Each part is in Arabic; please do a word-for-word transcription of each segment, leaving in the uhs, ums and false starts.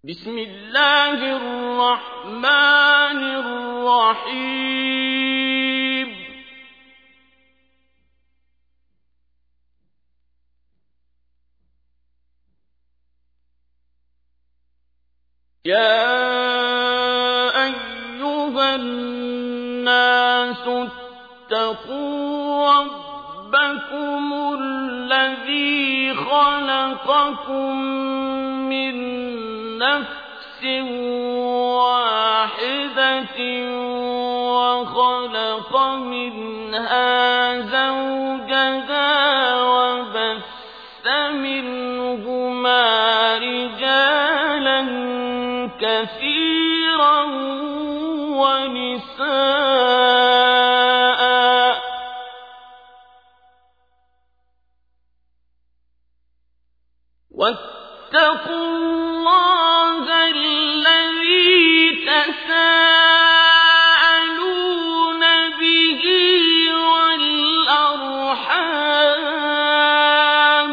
بسم الله الرحمن الرحيم يا أيها الناس اتقوا ربكم الذي خلقكم من نفس واحدة وخلق منها زوجها وبث منهما رجالا كثيرا ونساء واتقوا الله الذي تساءلون به والأرحام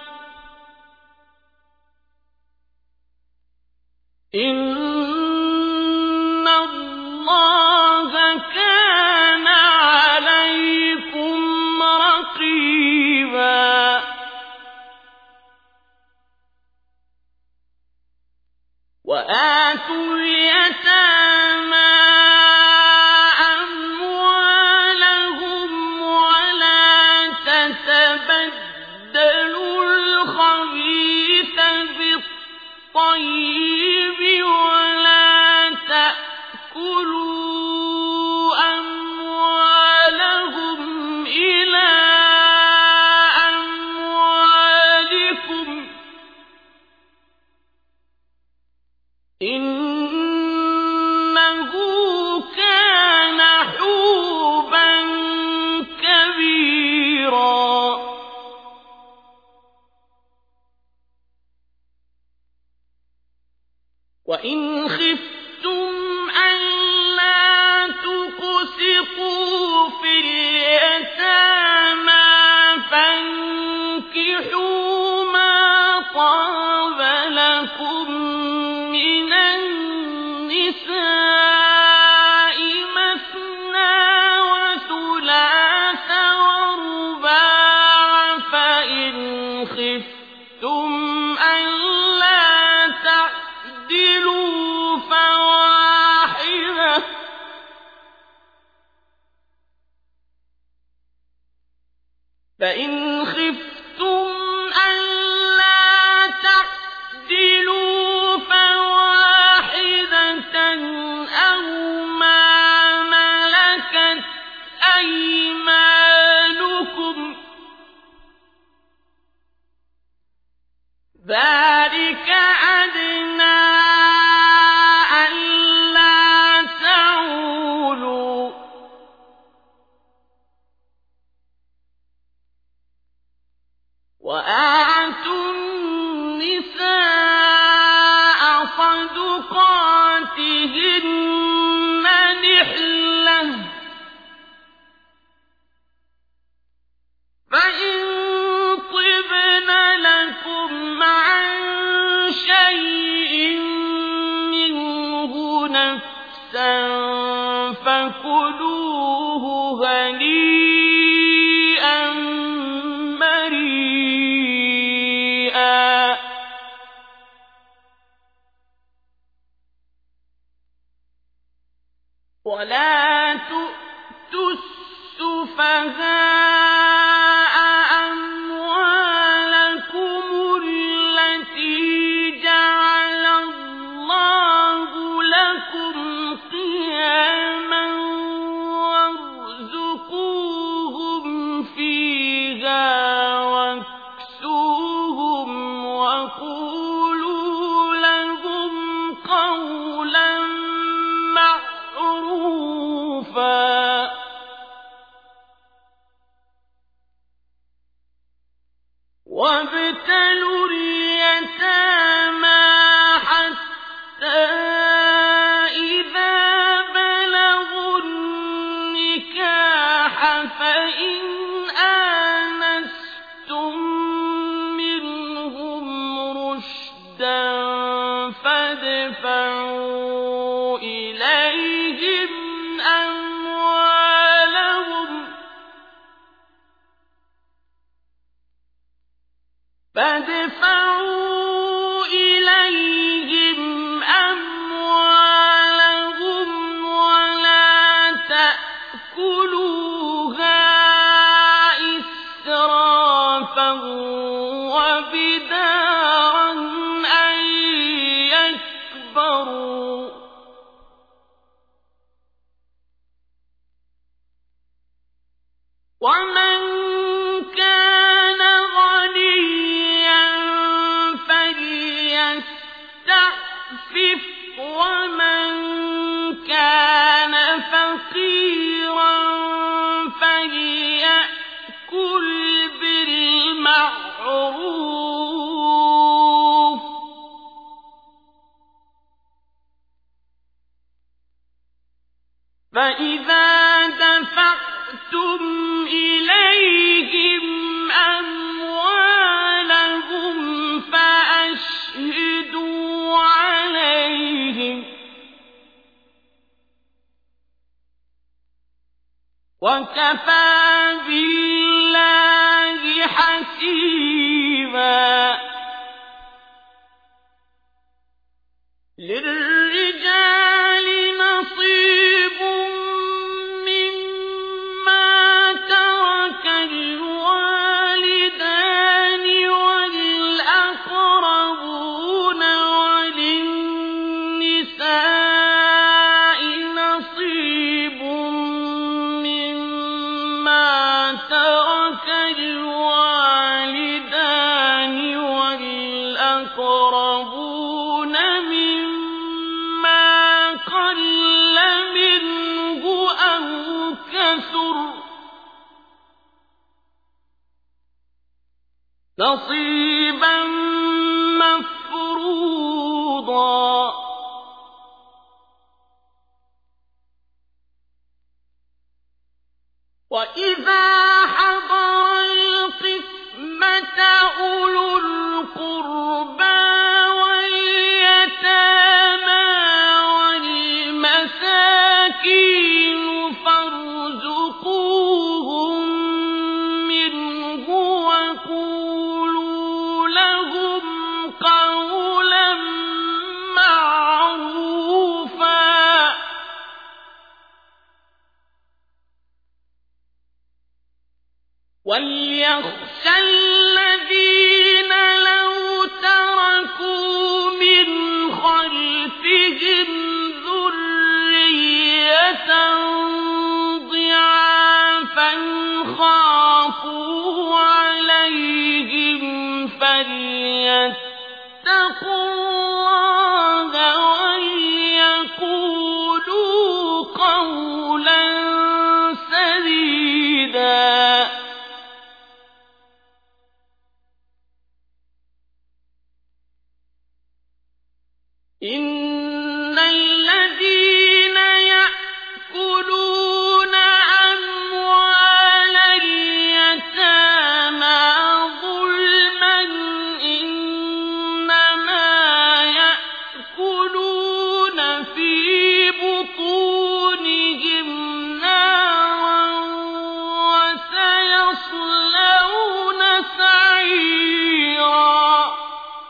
إن الله كان عليكم رقيبا وآتوا اليتامى أموالهم ولا تتبدلوا الخبيث بالطيب ولا تأكلوا أموالهم إلى أموالكم إنه كان حوبا كبيرا وإن خفتم ألا تقسطوا في اليتامى فانكحوا ما طاب لكم من النساء مثنى وثلاث ورباع فإن خفتم ألا تعدلوا فواحدة فإن خفتم ألا تعدلوا فواحدة أو ما ملكت أيمانكم ذلك أدنى ألا تعولوا وآتوا النساء صدقاتهن نحلة فإن طبن لكم عن شيء منه نفسا فكلوه هنيئا مريئا ولا تؤتوا السفهاء أموالكم التي جعل الله لكم قياما وارزقوهم فيها واكسوهم وقولوا لهم قولا معروفا فادفعوا إليهم أموالهم فادفعوا إليهم أموالهم ولا تأكلوها إسرافا وبدارا أن يكبروا ومن كان غنيا فليستعفف ومن كان فقيرا فليأكل بالمعروف فإذا دفعتم إليهم أموالهم فأشهدوا عليهم وكفى بالله حسيبا للرجال نصيب مما ترك الوالدان والأقربون وللنساء نصيب مما ترك الوالدان والأقربون مما قل منه أو كثر نصيبا مفروضا وإذا حضر القسمة أولو القربى واليتامى والمساكين فارزقوهم منه وقولوا لهم قولا معروفا وليخشى الذين لو تركوا من خلفهم ذرية ضعافا خافوا عليهم فليتقوا الله وليقولوا قولا سديدا إن الذين يأكلون أموال اليتامى ظلما إنما يأكلون في بطونهم نارا وسيصلون سعيرا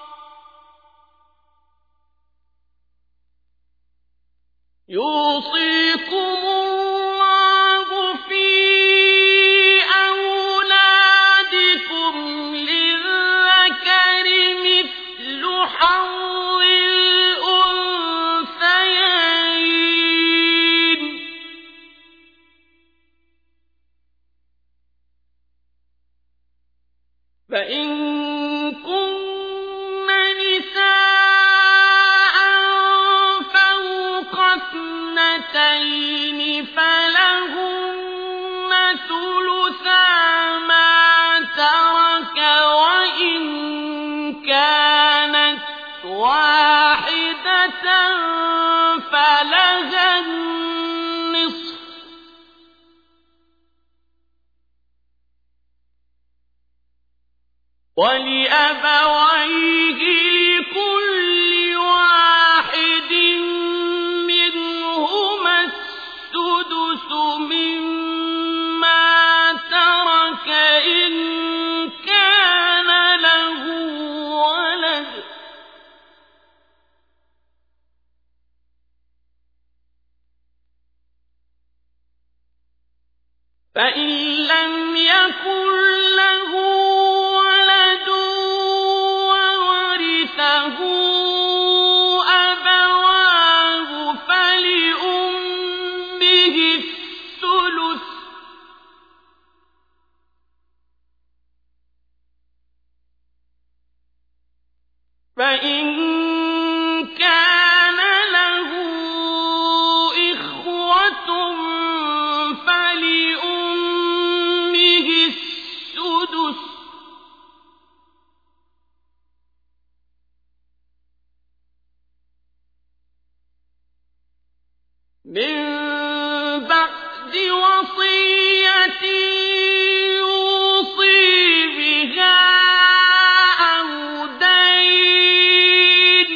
يوصيكم الله في أولادكم للذكر مثل حظ الأنثيين فإن كن نساء فوق اثنتين فلهن ثلثا ما ترك وإن كانت واحدة فلها النصف ولأبويه لكل واحد فإن لم يكن له ولد وورثه أبواه فلأمه الثلث فإن كان له إخوة فلأمه السدس من بعد وصية يوصي بها أو دين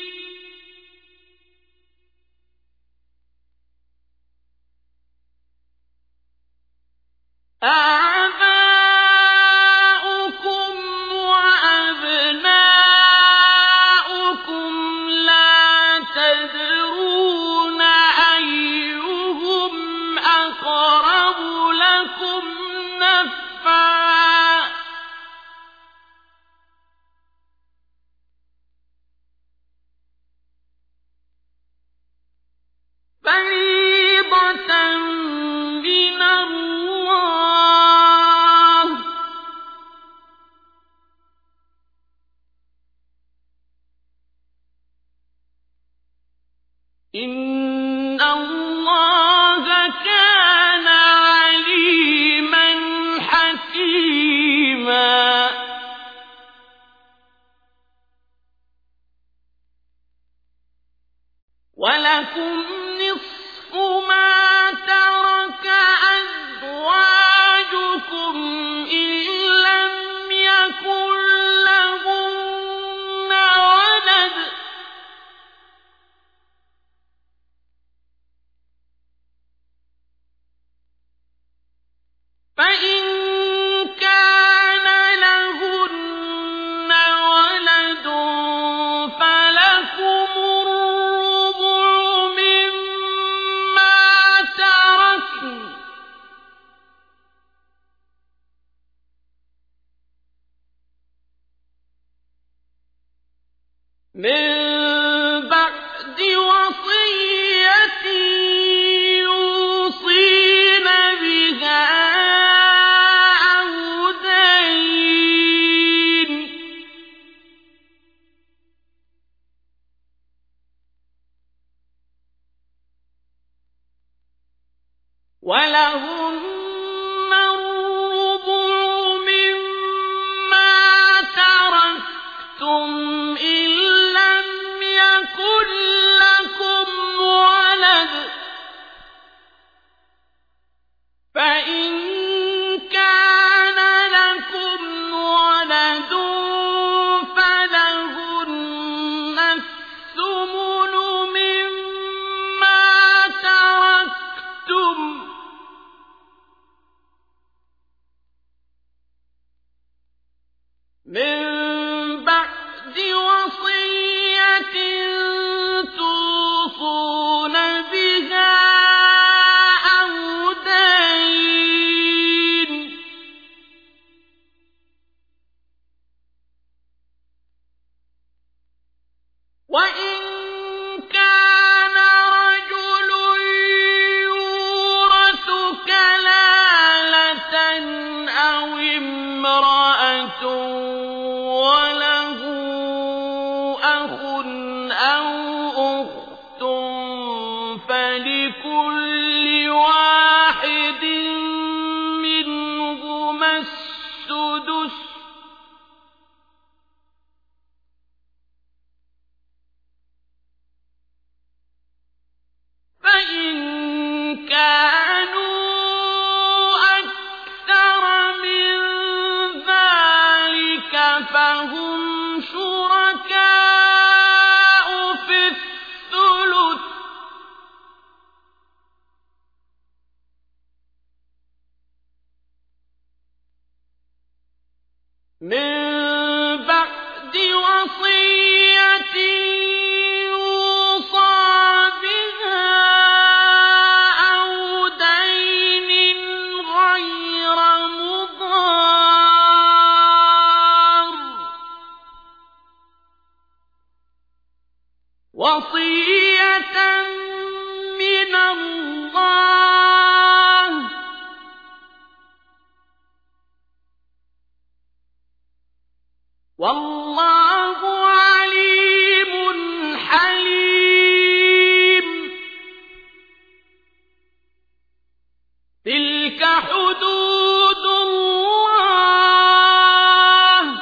آباؤكم وأبناؤكم لا تدرون أيهم أقرب لكم نفعا فريضة من الله إن الله كان عليما حكيما ولكم نصف ما ترك أزواجكم إن لم يكن لهن ولد فإن كان لهن ولد فلكم الربع مما تركن من بعد وصية يوصين بها أو دين ولهن الربع مما تركتم إن لم يكن لكم ولد فإن كان لكم ولد فلهن الثمن مما تركتم من بعد وصية توصون بها أو دين وإن كان رجل يورث كلالة أو امرأة وله أخ أو أخت فلكل واحد منهما السدس فإن كانوا أكثر من ذلك وصية من الله والله عليم حليم تلك حدود الله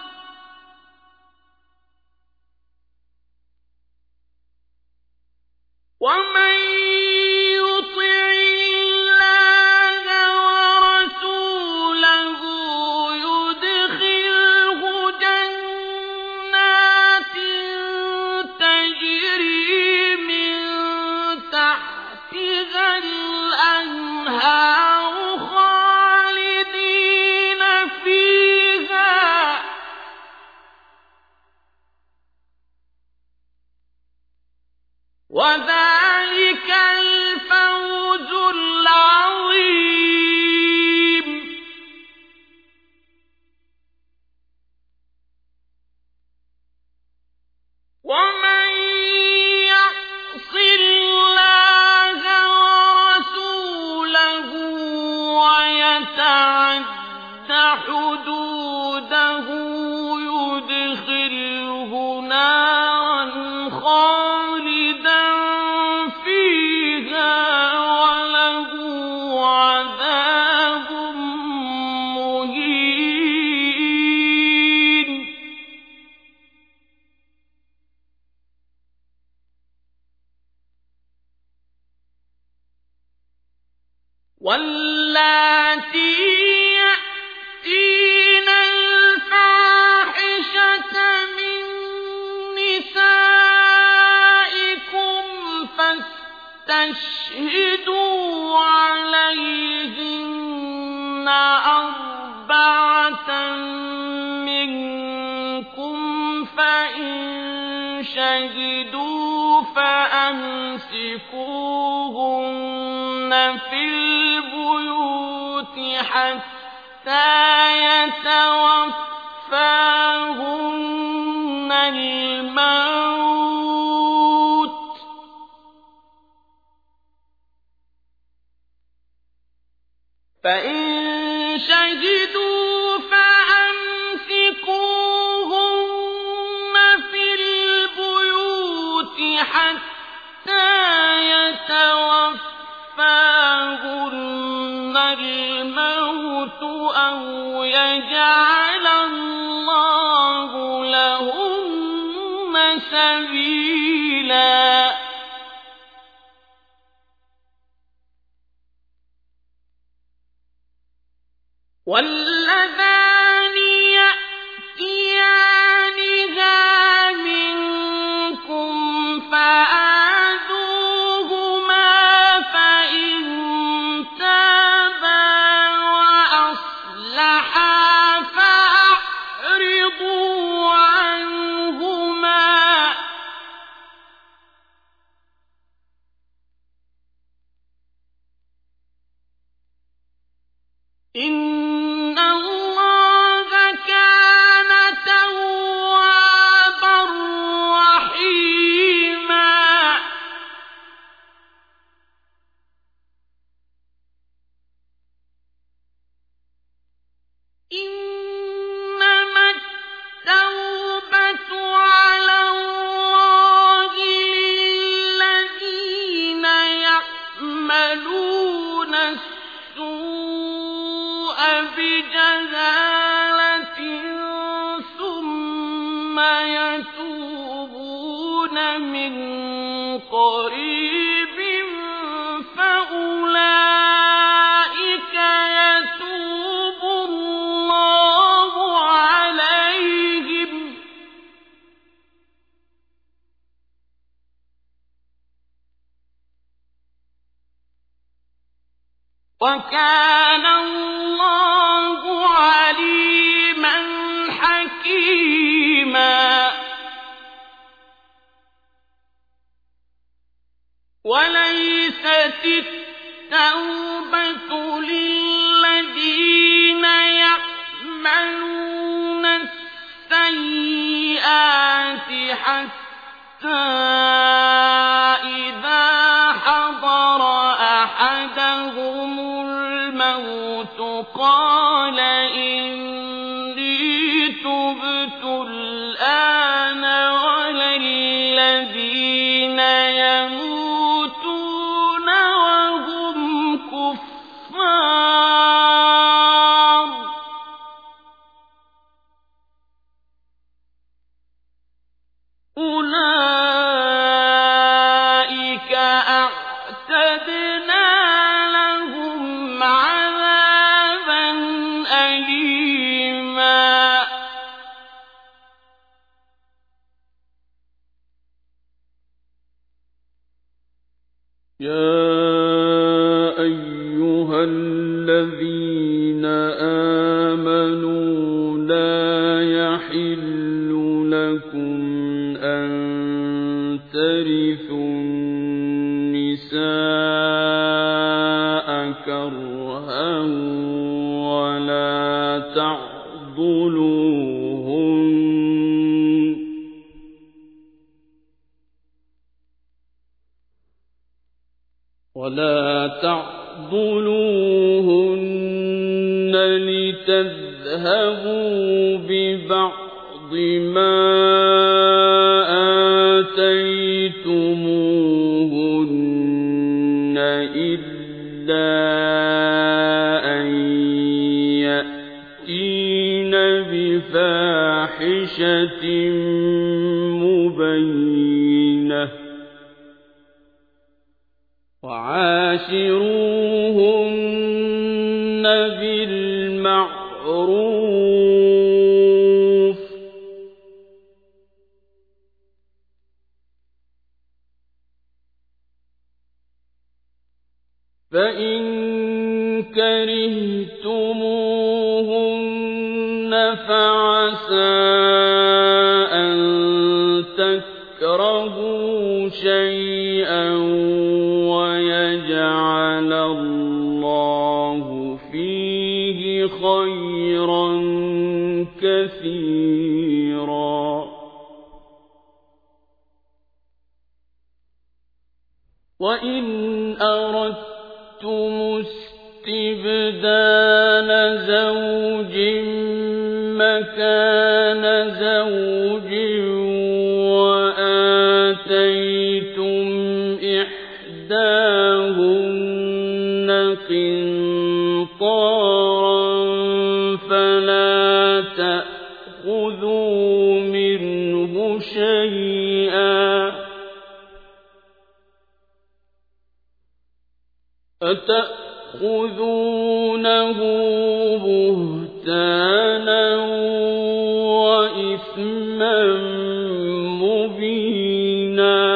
ومن يطع الله ورسوله يدخله جنات تجري من تحتها الأنهار خالدين فيها وذلك الفوز العظيم ومن يعص الله ورسوله ويتعد حدوده يدخله نارا خالدا فيها وله عذاب مهين واللاتي يأتين الفاحشة من نسائكم فاستشهدوا عليهن أربعة منكم فإن شهدوا فأمسكوهن في البيوت حتى يتوفاهن الموت فإن شهدوا فأمسكوهن في البيوت حتى يتوفاهن الموت أو يجعل الله لهن سبيلا واللذان يأتيانها منكم فآذوهما فإن تابا وأصلحا فأعرضوا عنهما إن الله كان توابا رحيما إنما التوبة على الله للذين يعملون السوء بجهالة ثم يتوبون من قريب فأولئك يتوب الله عليهم وكان الله عليما حكيما وليست التوبة للذين يعملون السيئات حتى قال إني تبت الآن ولا الذين يموتون وهم كفار أولئك أعتدنا لهم عذابا أليما يا أيها الذين آمنوا لا يحل لكم أن ترثوا النساء كرها ولا تعضلوهن ولا تعضلوهن لتذهبوا ببعض ما آتيتموهن إلا أن يأتين بفاحشة مبينة وعاشروهن بالمعروف فإن كرهتموهن فعسى أن تكرهوا شيئا ويجعل الله فيه خيرا كثيرا وإن أردتم استبدال زوج مكان زوج وآتيتم إحداهن قنطارا فلا تأخذوا منه شيئا أتأخذونه بهتانا وإثما مبينا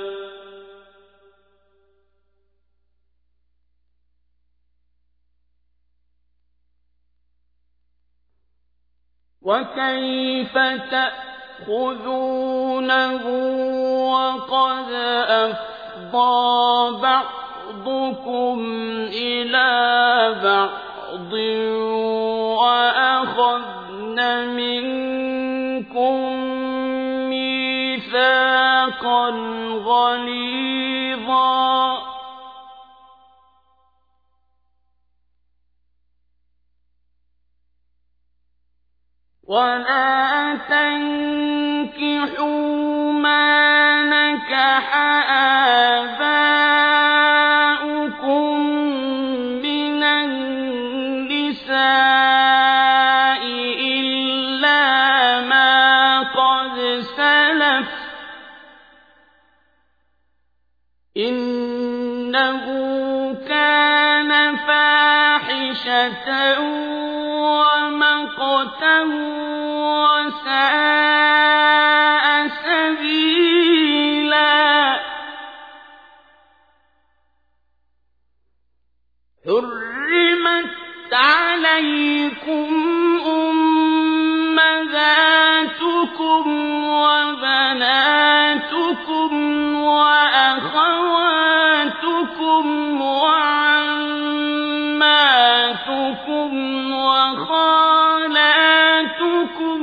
وكيف تأخذونه وقد أفضى بعضكم إلى بعض وأخذن منكم ميثاقا غليظا ولا تنكحوا ما نكح آباؤكم من النساء إلا ما قد سلف إنه كان فاحشة ومقتا وساء سبيلا حرمت عليكم أمهاتكم وبناتكم وأخواتكم وعماتكم وخالاتكم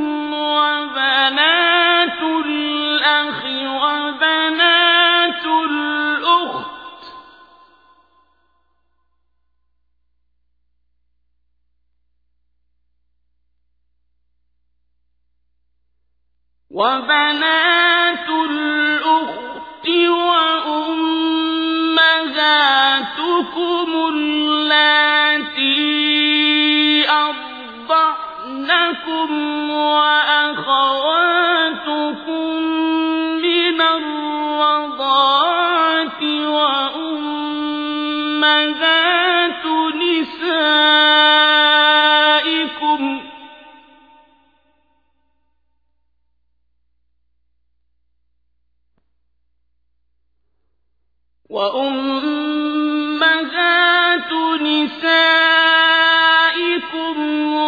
وبنات الأخ وبنات الأخت وبنات الأخت وأمهاتكم اللاتي أرضعنكم وأخواتكم من الرضاعة وأمهات نسائكم وأمهات نسائكم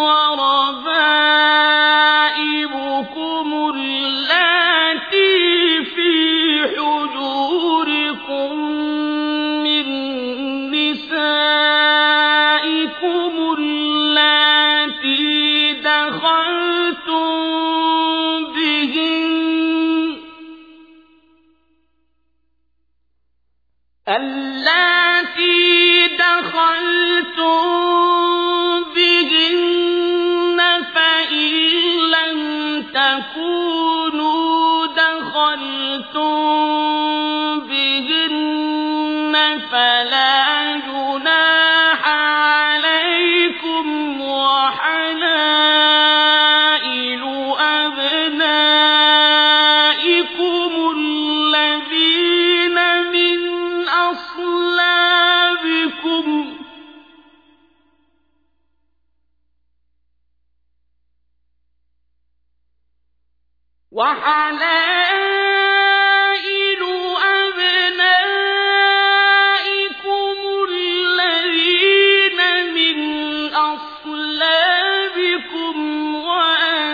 وربائبكم اللاتي في حجوركم من نسائكم اللاتي دخلتم اللاتي دخلتم بهن فإن لم تكونوا دخلتم بهن فلا جناح عليكم وحلائل أبنائكم الذين من أصلابكم وحلائل أبنائكم الذين من أصلابكم وأن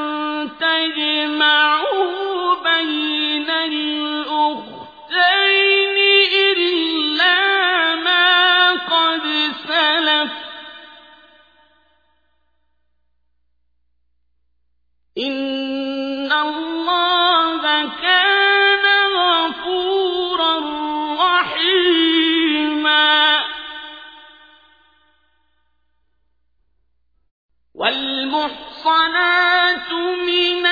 تجمعوا بين الأختين إلا ما قد سلف إن الله كان غفورا رحيما والمحصنات من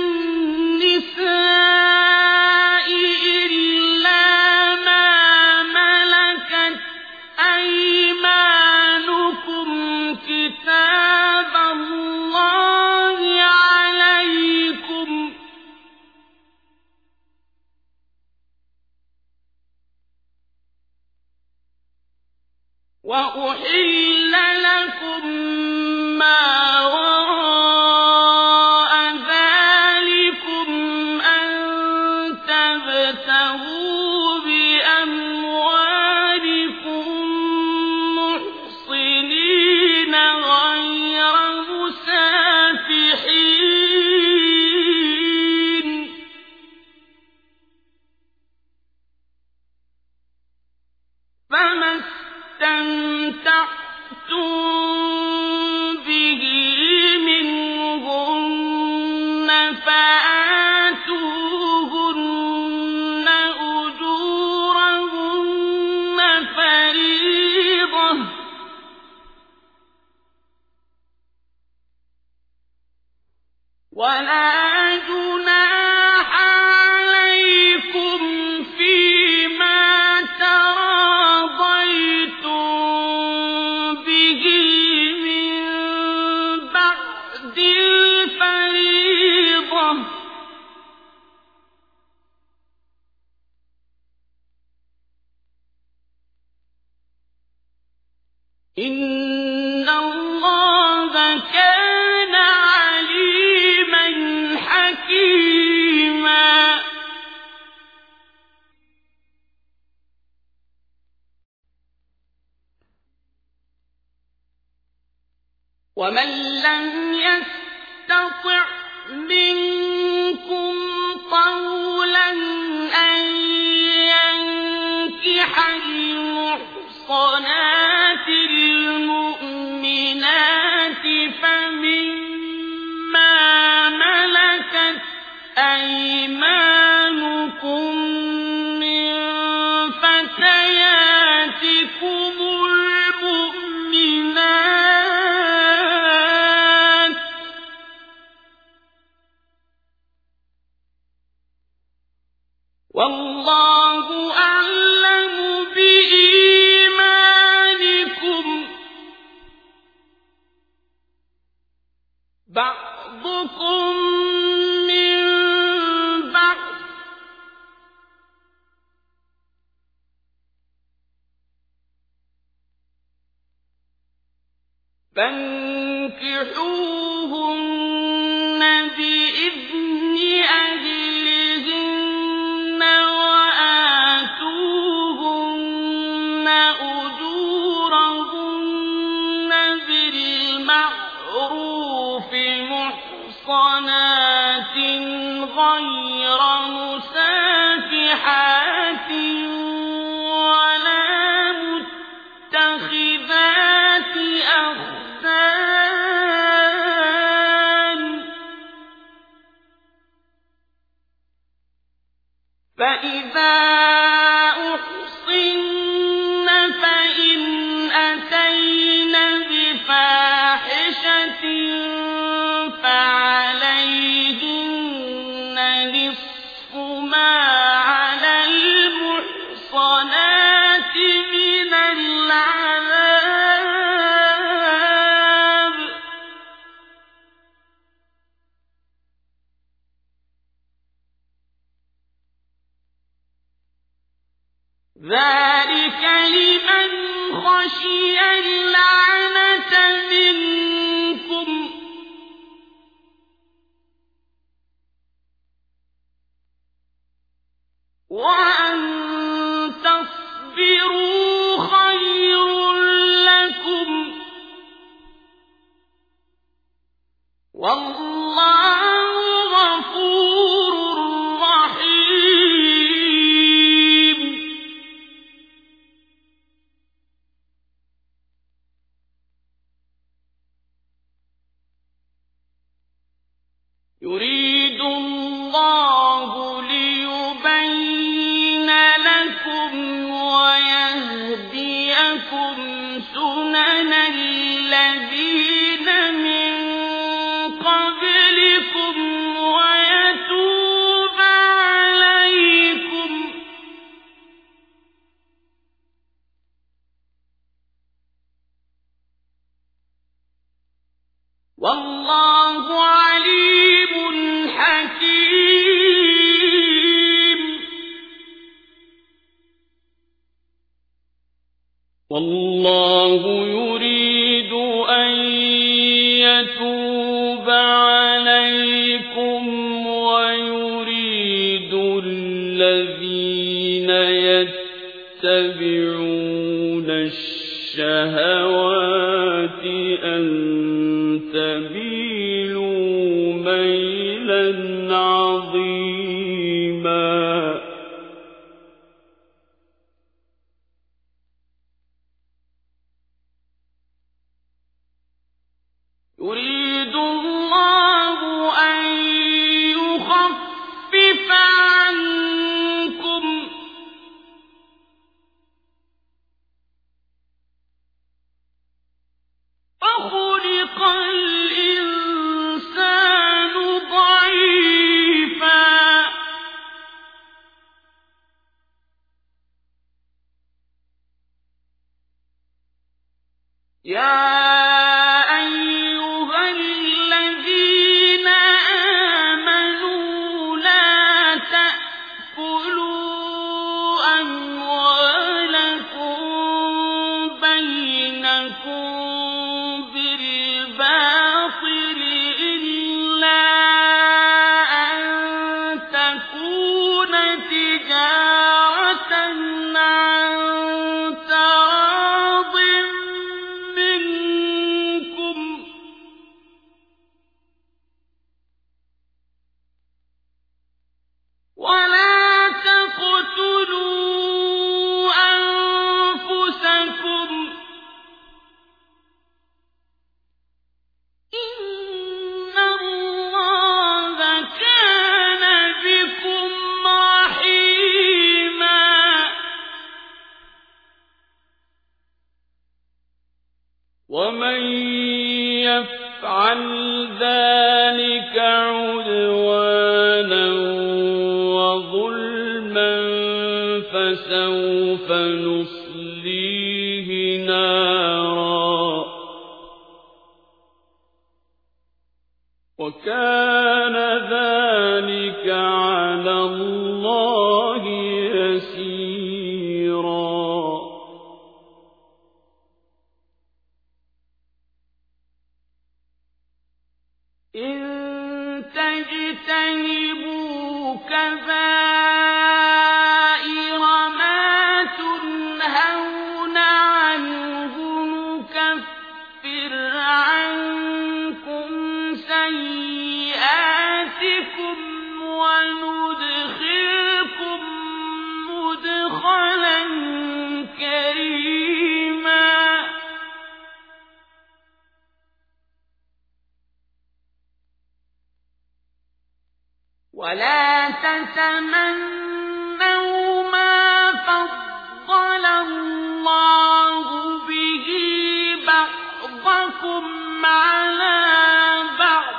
النساء إلا ما ملكت أيمانكم كتاب الله عليكم وأحل لكم ما وراء ذلكم أن تبتغوا بأموالكم محصنين غير مسافحين فما استمتعتم به منهن فآتوهن أجورهن فريضة ولا جناح عليكم فيما تراضيتم به من بعد الفريضة إن الله كان عليما حكيما ومن لم يستطع منكم طولا أن ينكح المحصنات المؤمنات فمما ملكت أيمانكم من فتياتكم المؤمنات أعلم بإيمانكم بعضكم من بعض فانكحوهن بإذن أهلهن وآتوهن أجورهن بالمعروف محصنات غير مسافحات ولا متخذات أخدان فإذا أحصن فإن أتين بفاحشة فعليهن نصف ما على المحصنات من العذاب ذلك لمن خشي اللعنة منكم وأن تصبروا خير لكم والله غفور رحيم يريد الله ليبين لكم ويهديكم سنن الذين من قبلكم ويتوب عليكم والله عليم حكيم والله يريد أن يتوب عليكم ويريد الذين يتبعون الشهوات أن تميلوا ميلا عظيما يريد الله أن يخفف عنكم وخلق الإنسان ضعيفا يا أيها الذين آمنوا لا تأكلوا أموالكم بينكم بالباطل إلا أن تكون تجارة عن تراض منكم ولا تقتلوا أنفسكم إن الله كان بكم رحيما ومن يفعل ذلك عدوانا وظلما فسوف نصليه نارا وكان ذلك على الله يسيرا إن تجتنبوا كبائر ما تنهون عنه نكفر عنكم سيئاتكم وندخلكم مدخلا كريما ولا تتمنوا ما فضل الله به بعضكم على بعض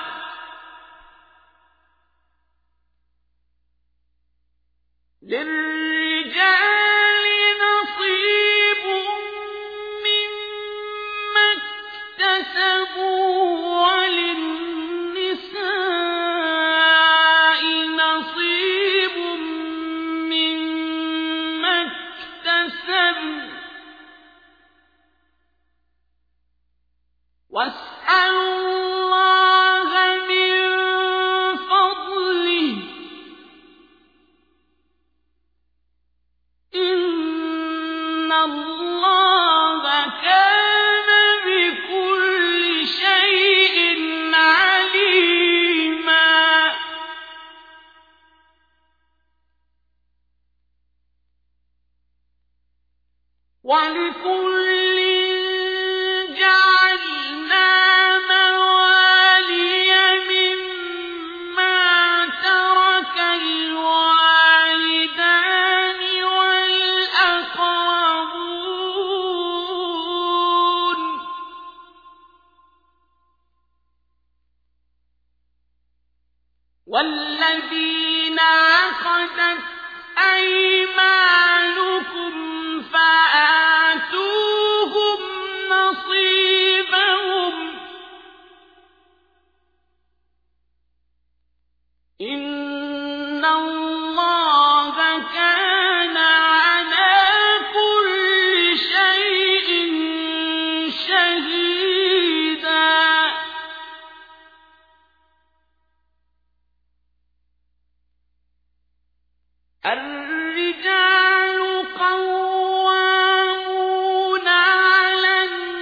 للرجال نصيب مما اكتسبوا وللنساء نصيب مما اكتسبن واسألوا الله من فضله إن الله كان بكل شيء عليما ولكل جعلنا موالي مما ترك الوالدان والأقربون والذين عقدت أيمانكم فآتوهم نصيبهم إن الله كان على كل شيء شهيدا الرجال قوامون على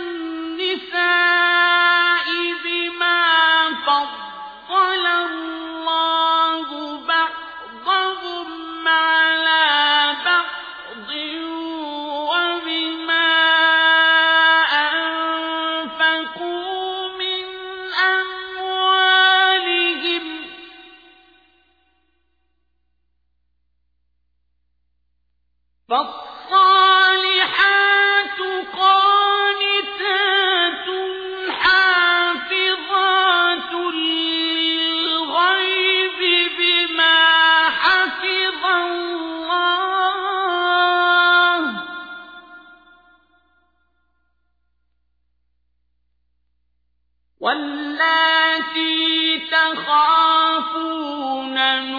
النساء بما فضل الله بعضهم على بعض وبما أنفقوا من أموالهم فالصالحات قانتات حافظات للغيب بما حفظ الله واللاتي تخافون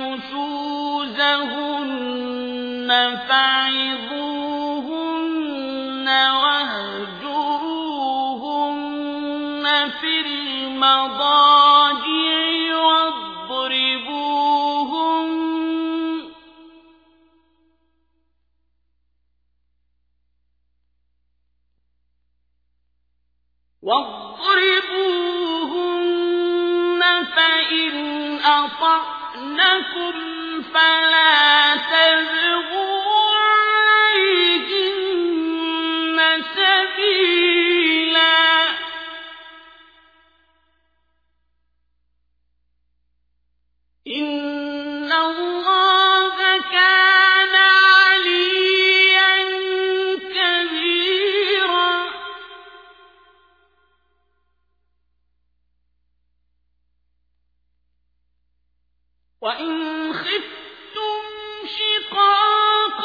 نشوزهن فعظوهن واهجروهن في المضاجع واضربوهن واضربوهن فإن أطعنكم فلا تبغوا عليهن سبيلا إن الله كان عليا كبيرا وإن خفتم شقاق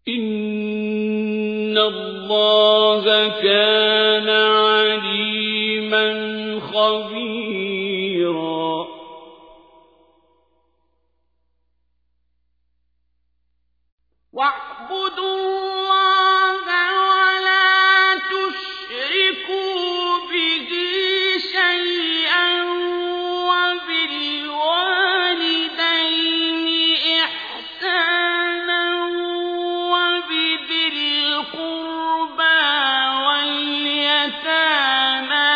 إن الله كان عليما خبيرا واعبدوا الله ولا تشركوا به شيئا وبالوالدين إحسانا وبذي القربى واليتامى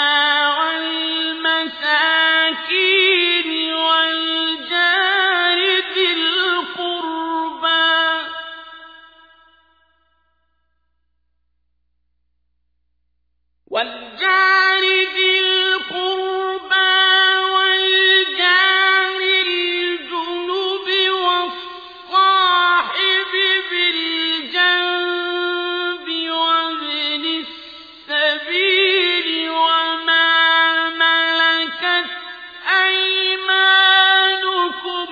والمساكين والجار ذي القربى والجار ذي القربى والجار الجنب والصاحب بالجنب وابن السبيل وما ملكت أيمانكم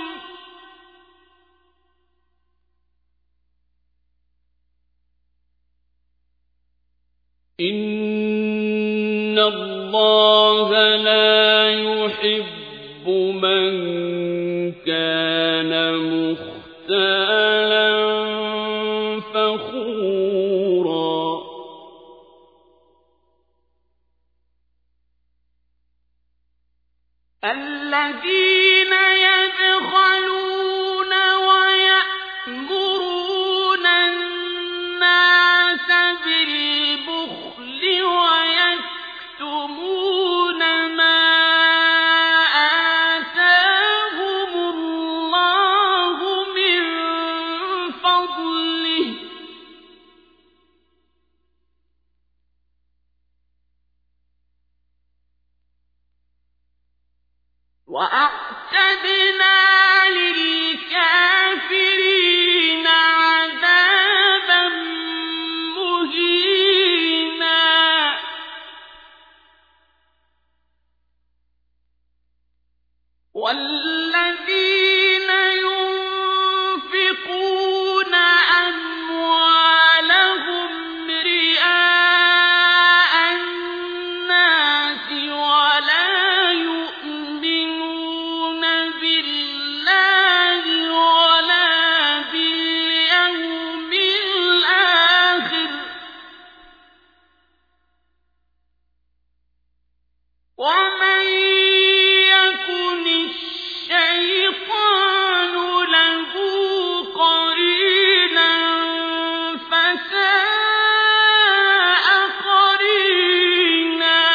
إن الله لا يحب من كان مختالا فخورا الذين يبخلون ويأمرون الناس بالبخل ويكتمون ما آتاهم الله من فضله وأعتدنا للكافرين عذابا مهينا والذين ينفقون أموالهم رئاء الناس ولا يؤمنون بالله ولا باليوم الآخر ومن يكن الشيطان له قرينا فساء قرينا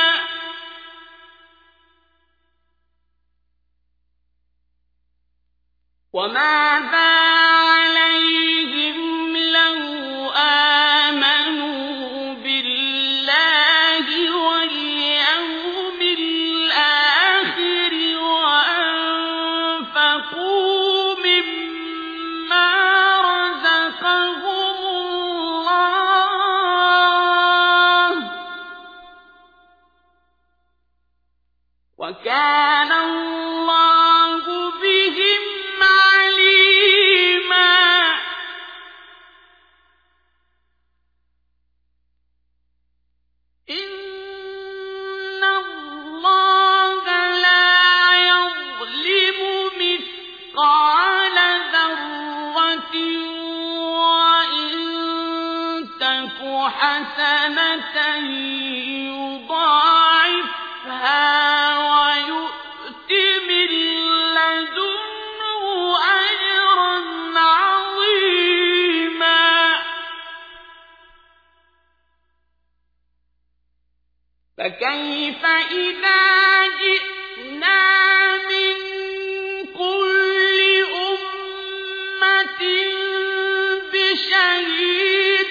وماذا عليهم لو آمنوا بالله واليوم الآخر وأنفقوا مما رزقهم الله وكان الله بهم عليما إن الله لا يظلم مثقال ذرة وإن تك حسنة يضاعفها ويؤت من لدنه أجرا عظيما فكيف إذا جئنا من كل أمة بشهيد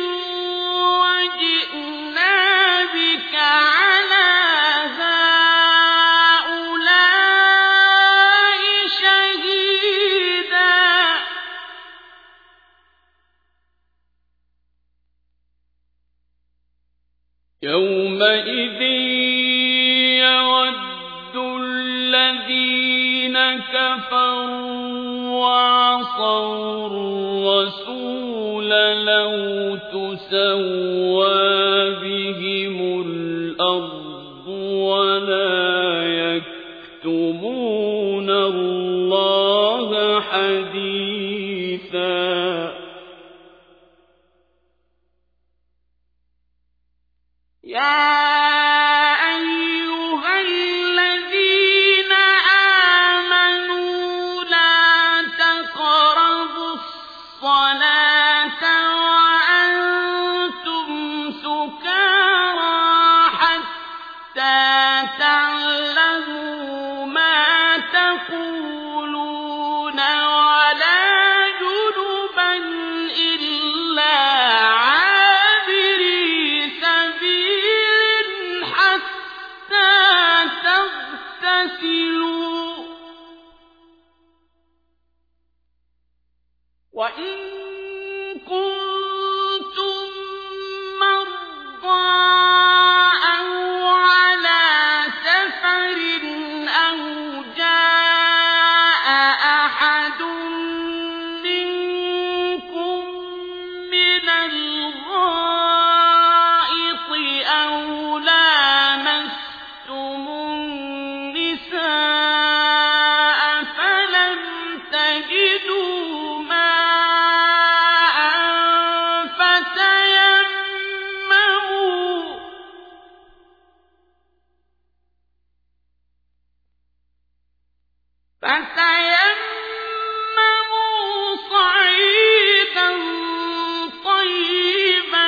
وجئنا بك على هؤلاء شهيدا يومئذ يود الذين كفروا عَصَوْا الرَّسُولَ لَوْ تُسَوَّىٰ بِهِمُ الْأَرْضُ وَلَا يَكْتُمُونَ اللَّهَ حَدِيثًا. يَا أَيُّهَا الَّذِينَ آمَنُوا لَا تَقْرَبُوا الصَّلَاةَ وَأَنتُمْ سُكَارَىٰ حَتَّىٰ تَعْلَمُوا مَا تَقُولُونَ وَلَا جُنُبًا إِلَّا عَابِرِي سَبِيلٍ حَتَّىٰ تَغْتَسِلُوا ۚ وَإِن كُنتُم مَّرْضَىٰ أَوْ عَلَىٰ سَفَرٍ أَوْ جَاءَ أَحَدٌ مِّنكُم مِّنَ الْغَائِطِ أَوْ لَامَسْتُمُ النِّسَاءَ فَلَمْ تَجِدُوا مَاءً فتيمموا فتيمموا صعيدا طيبا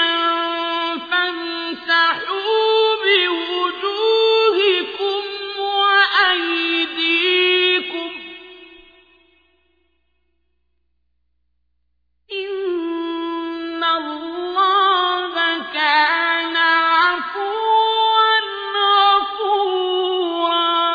فامسحوا بوجوهكم وأيديكم ۗ إِنَّ اللَّهَ كَانَ عَفُوًّا غَفُورًا.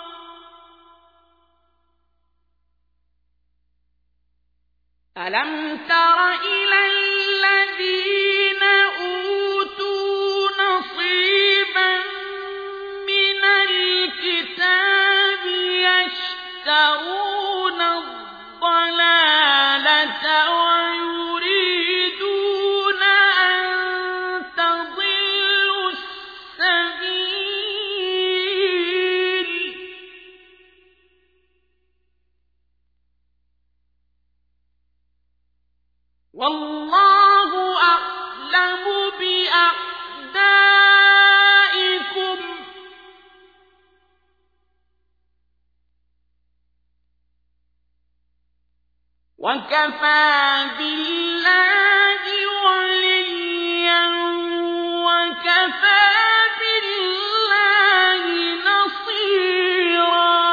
أَلَمْ تَرَ إِلَى الَّذِينَ أُوتُوا نَصِيبًا مِّنَ الْكِتَابِ يَشْتَرُونَ الضَّلَالَةَ وَيُرِيدُونَ أَن تَضِلُّوا السَّبِيلَ ۗ وَاللَّهُ أَعْلَمُ بِأَعْدَائِكُمْ ۚ وَكَفَىٰ بِاللَّهِ وَلِيًّا وَكَفَىٰ بِاللَّهِ نَصِيرًا.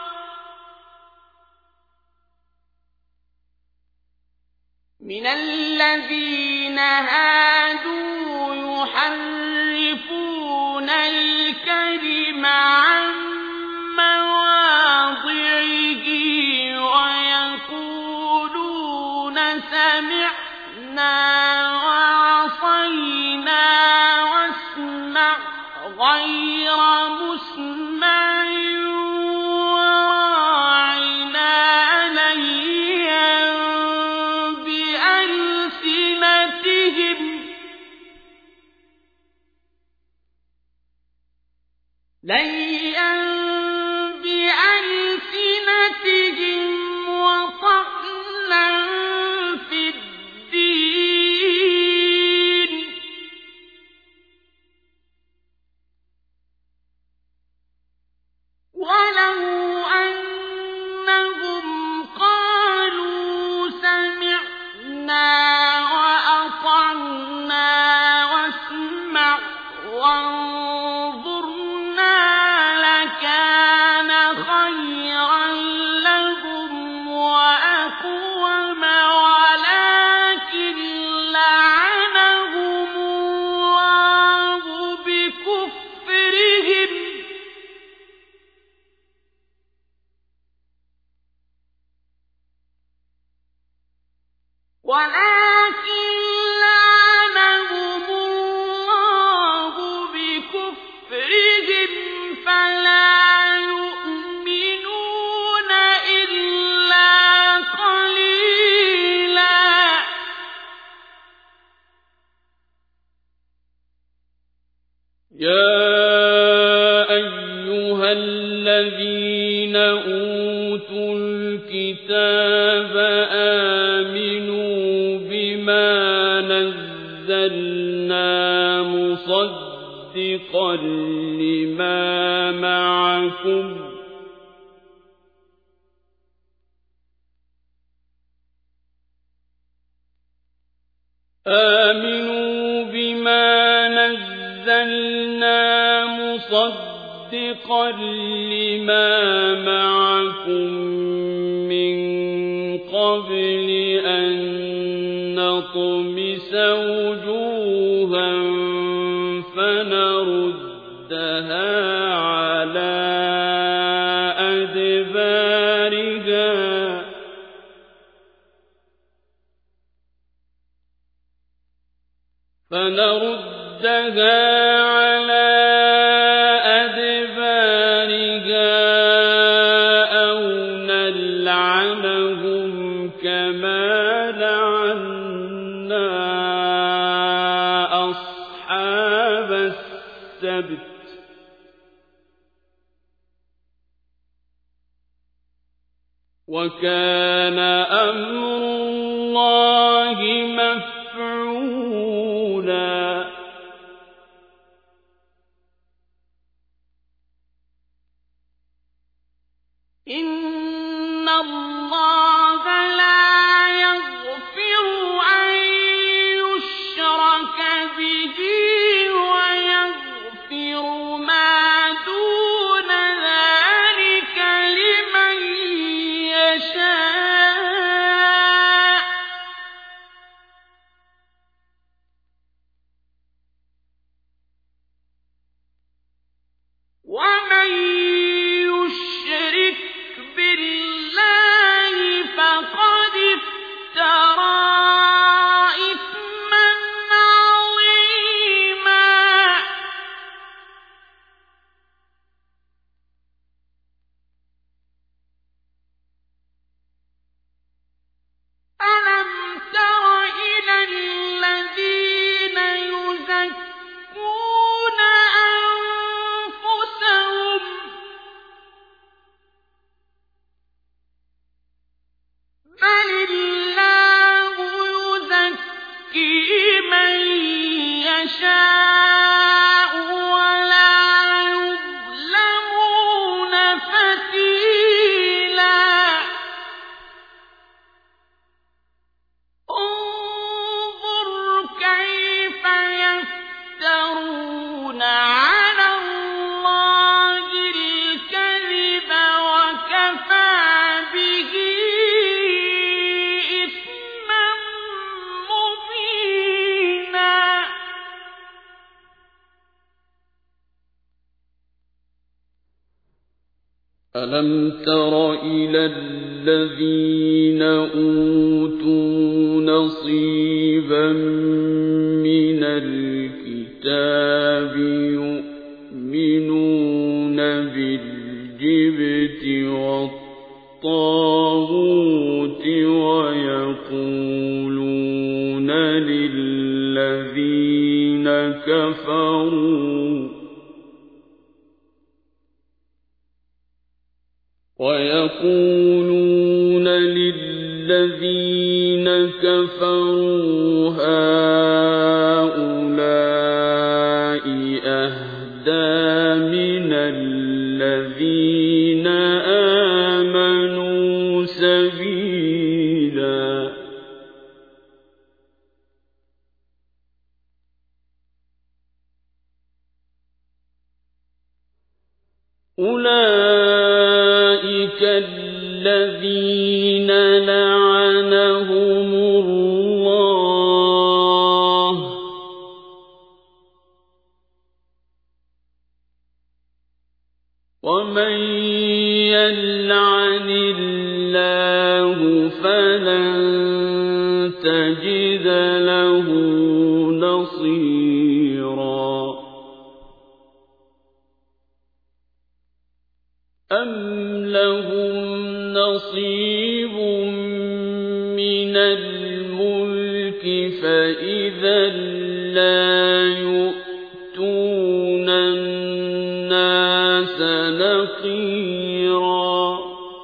مِنَ الَّذِينَ هَادُوا يُحَرِّفُونَ الْكَلِمَ عَن مَّوَاضِعِهِ وَيَقُولُونَ سَمِعْنَا وَعَصَيْنَا وَاسْمَعْ غَيْرَ مُسْمَعٍ وَرَاعِنَا لَيًّا بِأَلْسِنَتِهِمْ لَيًّا بِأَلْسِنَتِهِمْ وَطَعْنًا فِي الدِّينِ ۚ وَلَوْ أَنَّهُمْ قَالُوا سَمِعْنَا وَأَطَعْنَا وَاسْمَعْ وَانظُرْنَا لَكَانَ خَيْرًا لَّهُمْ وَأَقْوَمَ، وَلَٰكِن لَّعَنَهُمُ اللَّهُ بِكُفْرِهِمْ ۖ وَلَٰكِن لَّعَنَهُمُ اللَّهُ بِكُفْرِهِمْ فَلَا يُؤْمِنُونَ إِلَّا قَلِيلًا. يَا أَيُّهَا الَّذِينَ أُوتُوا الْكِتَابَ آمِنُوا بِمَا نَزَّلْنَا مُصَدِّقًا لِمَا مَعَكُمْ آمنوا بما نزلنا مصدقا لما معكم من قبل أن نطمس وجوها فنردها على أدبارها فنردها على أدبارها أو نلعنهم كما لعنا أصحاب السبت وكان أمر الله مفعولا إن الله لا يغفر أن يشرك به ويغفر ما دون ذلك لمن يشاء ومن يشرك بالله فقد افترى إثما عظيما ألم تر إلى الذين يزكون أنفسهم بل الله يزكي من يشاء ولا يظلمون فتيلا انظر كيف يفترون على الله الكذب وكفى به إثما مبينا ألم تر إلى الذين أوتوا نصيبا من الكتاب يؤمنون بالجبت والطاغوت ويقولون للذين كفروا ويقولون للذين كفروا هؤلاء أهدى من الذين آمنوا سبيلا أولئك الذين لعنهم الله ومن يلعن الله فلن تجد له نصيرا أم لهم نصيب من الملك فإذا لا يؤتون نقيرا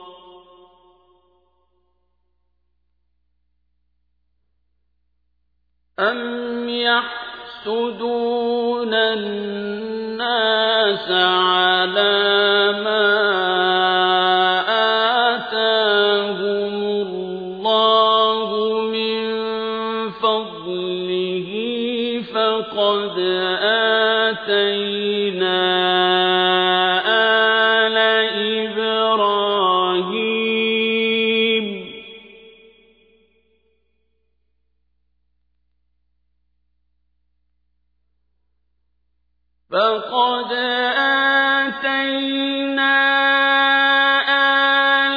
أم يحسدون الناس على ما آتاهم الله من فضله فقد آتينا آل إبراهيم فقد آتينا آل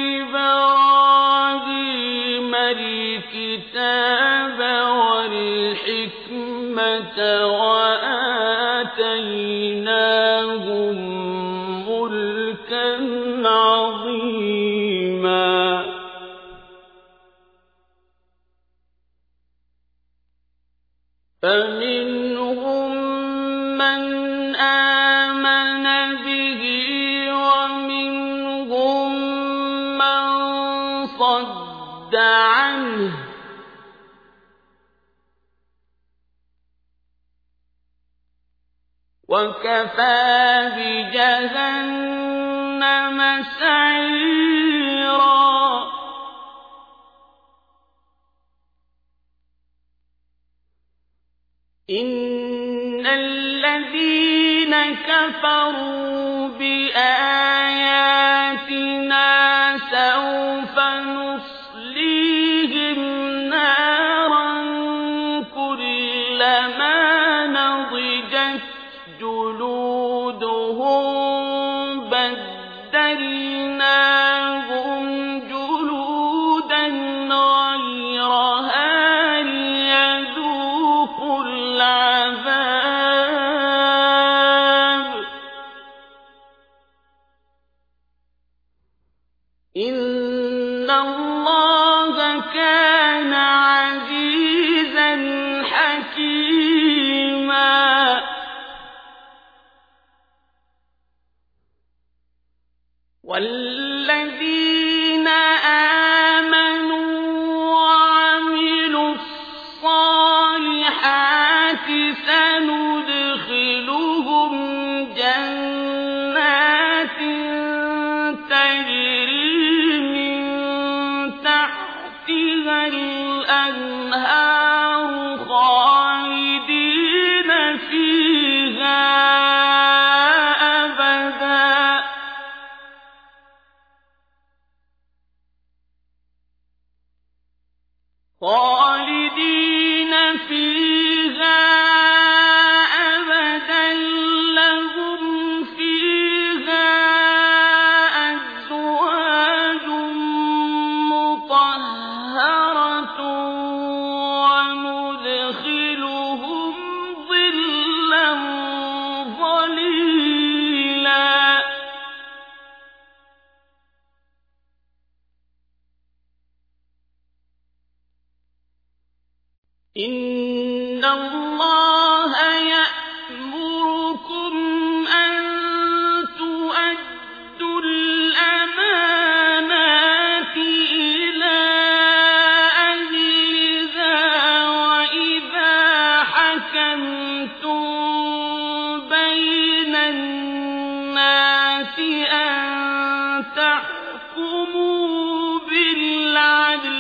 إبراهيم الكتاب والحكمة وآتيناهم ملكا عظيما فمنهم من آمن به ومنهم من صد عنه وكفى بجهنم سعيرا إن الذين كفروا بآياتنا سوف نصليهم نارا كلما نضجت جلودهم بدلناهم جلودا غيرها ليذوقوا العذاب إن الله كان عزيزا حكيما والذين آمنوا وعملوا الصالحات سندخلهم جنات تجري من تحتها الأنهار خالدين فيها أبدا خالدين فيها أبدا لهم فيها أزواج مطهرة وندخلهم ظلا ظليلا إن الله يأمركم أن تؤدوا الأمانات إلى أهلها وإذا حكمتم بين الناس أن تحكموا بالعدل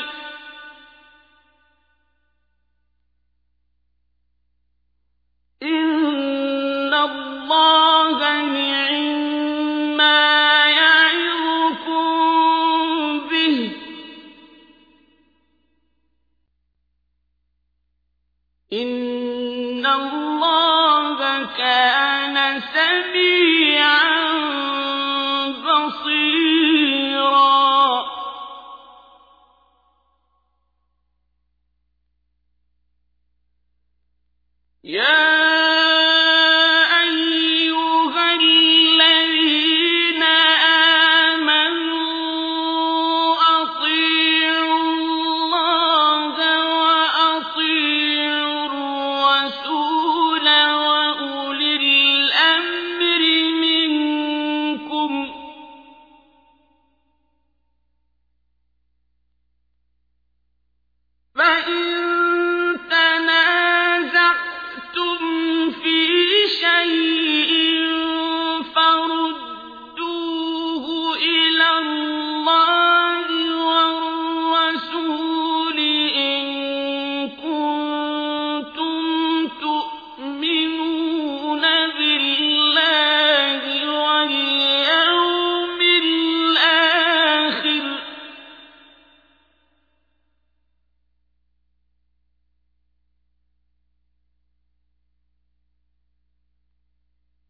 إن الله نعما يعظكم به إن الله كان سميعا بصيرا يا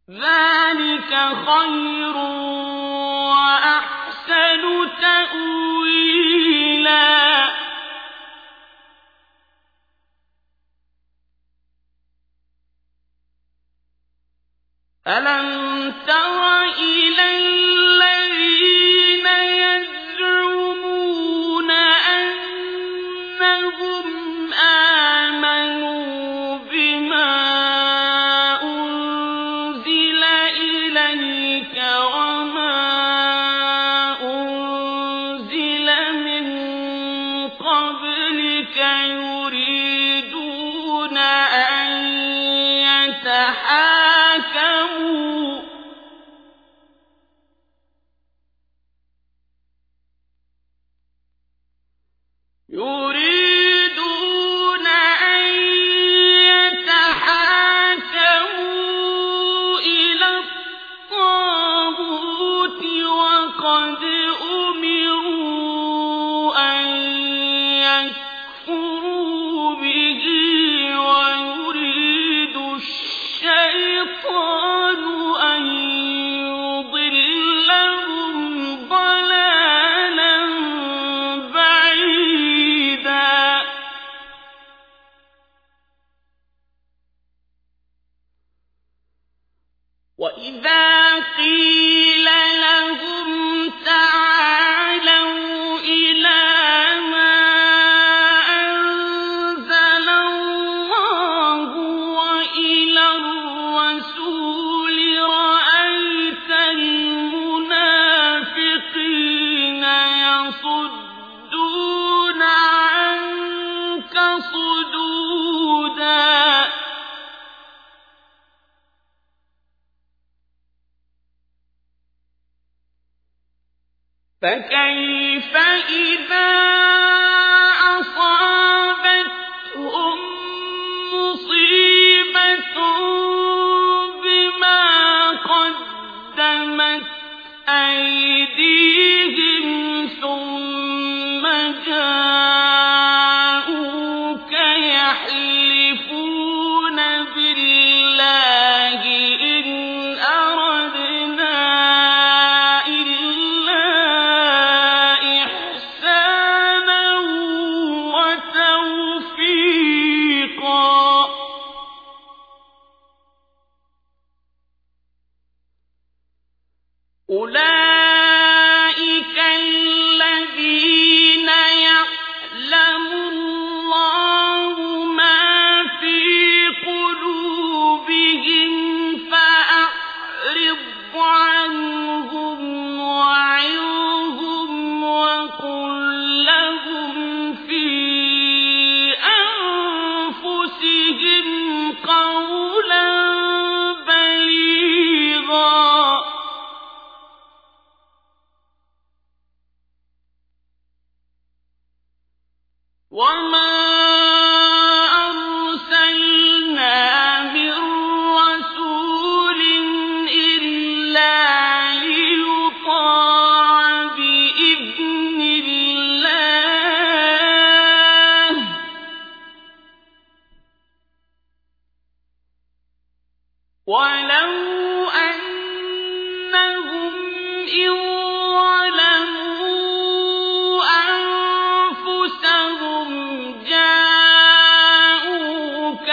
ذلك خير وأحسن تأويلا ألم تر إلى الذين يزعمون أنهم آمنوا بما أنزل إليك وما أنزل من قبلك يريدون أن يتحاكموا يريدون أن يتحاكموا إلى الطاغوت وقد أمروا أن يكفروا به ويريد الشيطان أن يضلهم ضلالا بعيدا وإذا قيل لهم تعالوا إلى ما أنزل الله وإلى الرسول رأيت المنافقين يصدون عنك صدودا فكيف إذا أصابتهم مصيبة بما قدمت أيديهم ثم جاءوك يحلفون بالله إن أردنا إلا إحسانا وتوفيقا أولئك الذين يعلم الله ما في قلوبهم فأعرض عنهم وعظهم وقل لهم في أنفسهم قولا بليغا وما أرسلنا من رسول إلا ليطاع بإذن الله ولو أنهم إن ظلموا أنفسهم جاءوك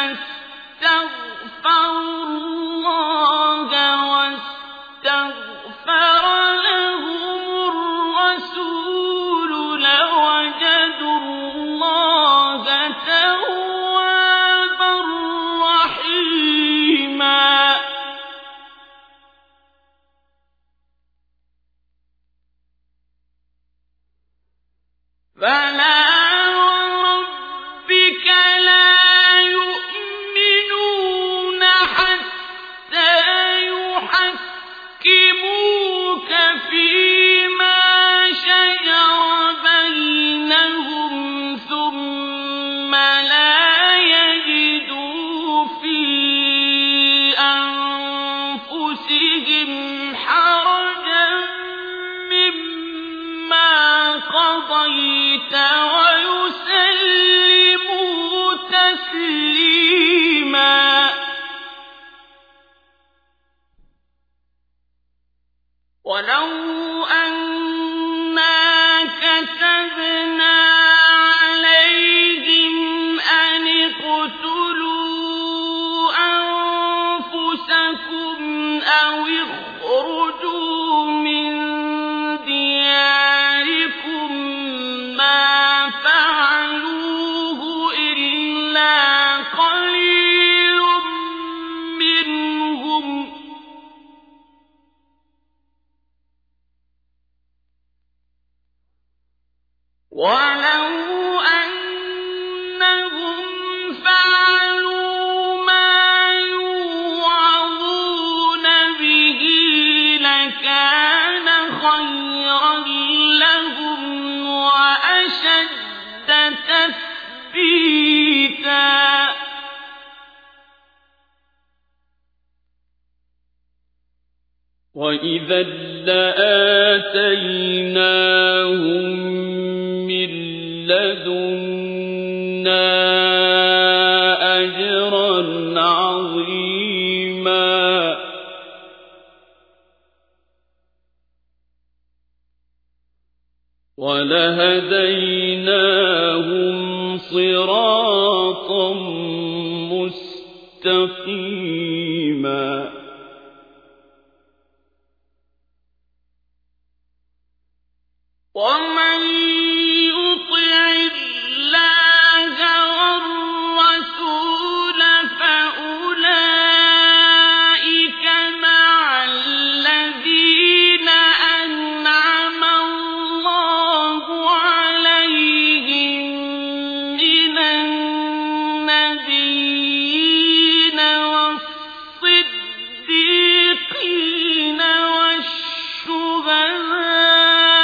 فاستغفروا الله واستغفر لهم الرسول لوجدوا الله توابا رحيما فلا وربك لا يؤمنون حتى يحكموك فيما شجر بينهم ثم لا يجدوا في أنفسهم حرجا مما قضيت ويسلموا تسليما وإذا لآتيناهم من لدنا أجرا عظيما ولهديناهم صراطا مستقيما ومن يطع الله والرسول فأولئك مع الذين أنعم الله عليهم من النبيين والصديقين والشهداء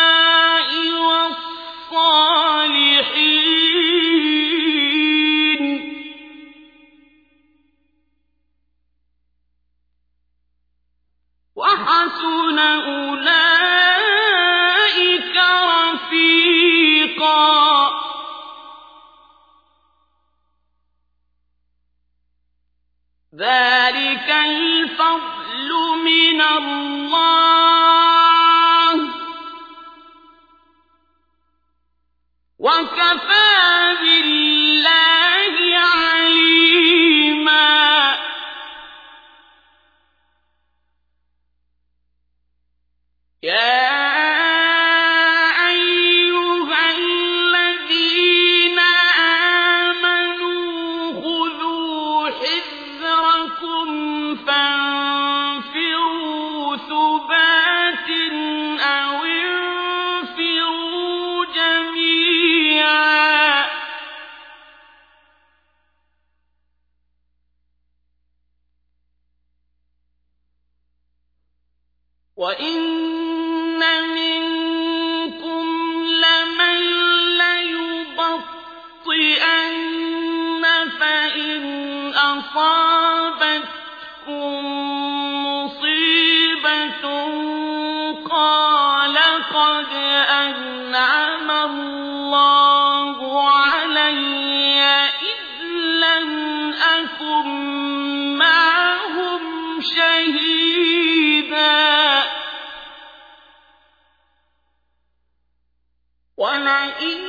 وحسن أولئك رفيقا ذلك الفضل من الله وكفى بالله عليما يا أيها الذين آمنوا خذوا حذركم فانفروا ثبات أو انفروا جميعا وإن منكم لمن ليبطئن فإن أصابتكم مصيبة قال قد أنعم الله علي إذ لم أكن معهم شهيدا ولئن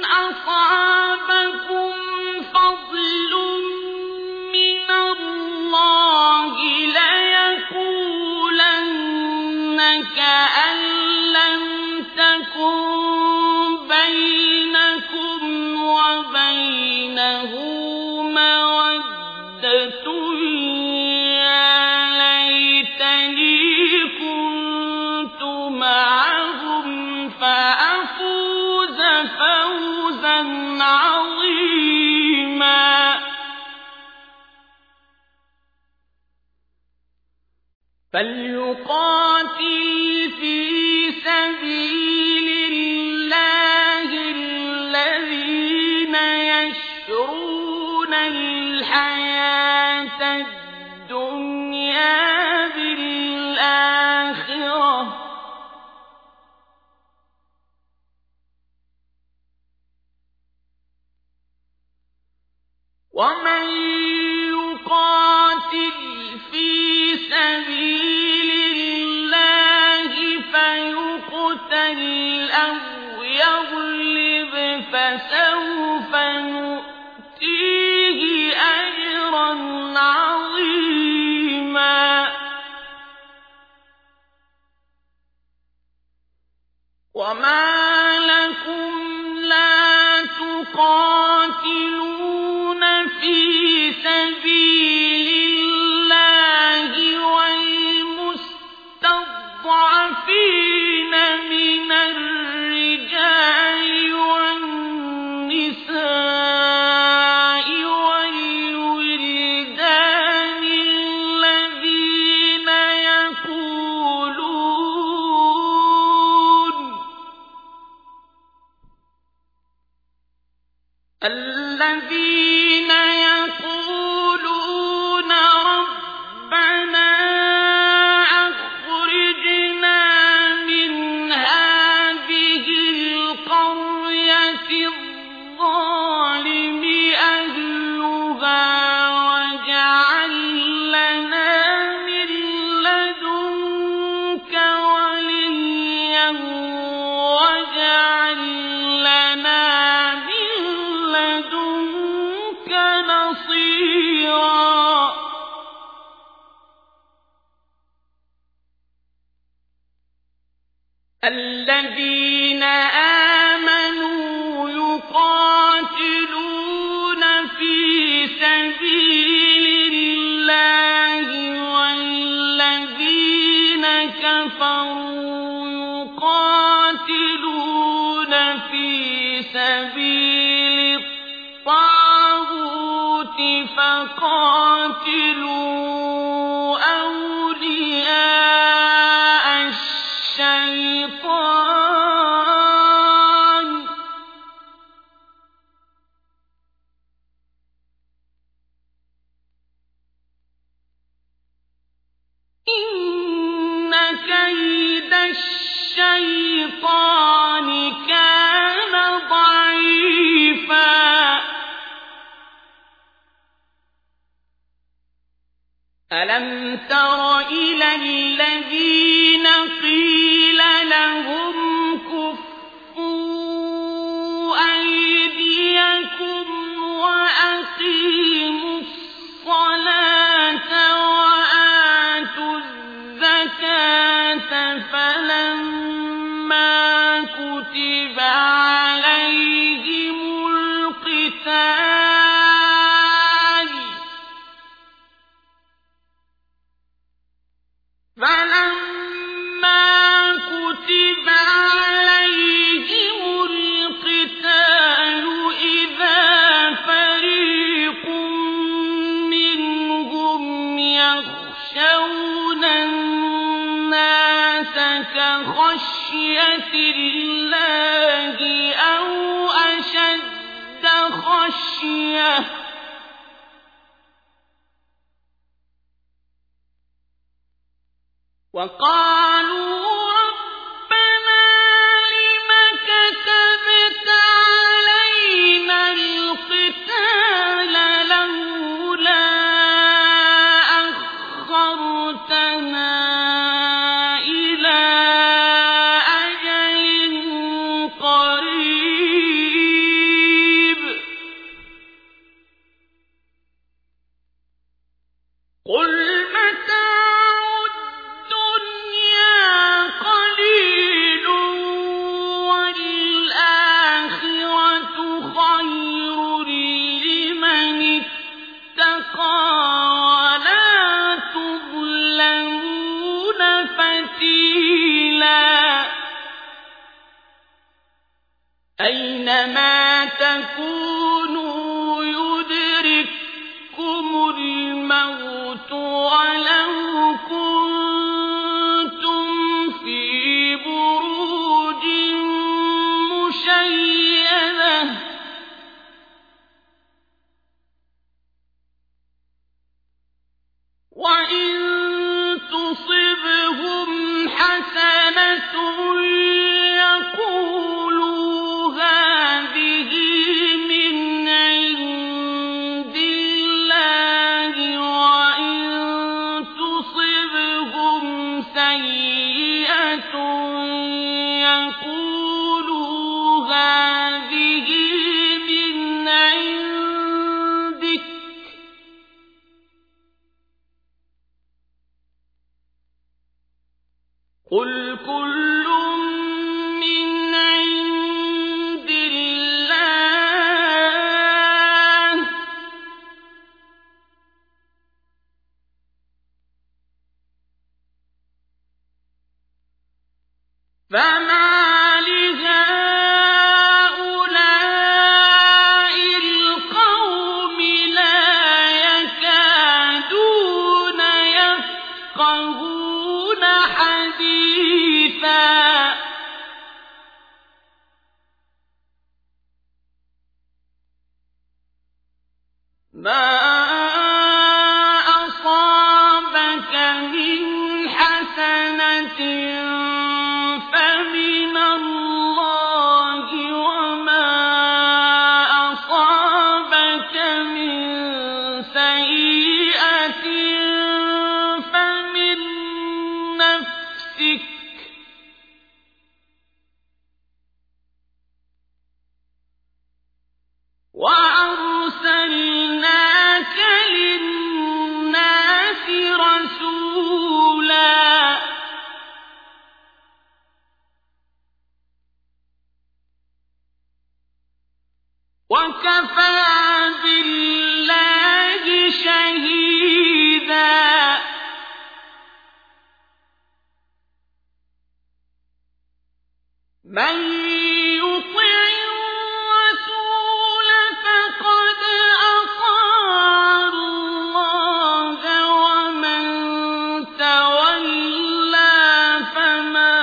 أصابكم فضل من الله ليقولن كأن لم تكن بينكم وبينه مودة يا ليتني كنت معهم فأفوز فوزا عظيما فليقاتل في سبيل الله الذين يشرون الحياة الدنيا بالآخرة ومن يقاتل في سبيل الله فيقتل أو يغلب فسوف نؤتيه أجرا عظيما وما لكم لا تقاتلون في سبيل الله والمستضعفين من الرجال والنساء والولدان الذين يقولون الذين يقولون ربنا أخرجنا كثيرا الذين آمنوا يقاتلون في سبيل الله والذين كفروا يقاتلون في سبيل الطاغوت فقاتلوا أولياء الشيطان إن كيد الشيطان كان ضعيفا ألم تر إلى الذين قيل لهم كفوا أيديكم وأقيموا الصلاة وآتوا الزكاة فلما كتب عليهم القتال فلما كتب عليهم القتال إذا فريق منهم يخشون الناس كخشية الله أو أشد خشية وقالوا ربنا لم كتبت علينا القتال لولا أخرتنا إلى أجل قريب قل متاع الدنيا قليل والآخرة خير لمن اتقى ولا تظلمون فتيلا أينما تكونوا يدرككم الموت ولو كنتم في بروج مشيدة وإن تصبهم حسنة يقولوا هذه من عند الله وإن تصبهم سيئة يقولوا هذه من عندك قل كل من عند الله فما لهؤلاء القوم لا يكادون يفقهون حديثا ما أصابك من حسنة فمن الله وما أصابك من سيئة فمن نفسك وأرسلناك بِاللَّهِ شَهِيدًا مَن يُطِعِ الرَّسُولَ فَقَدْ أَطَاعَ اللَّهَ وَمَن تَوَلَّىٰ فَمَا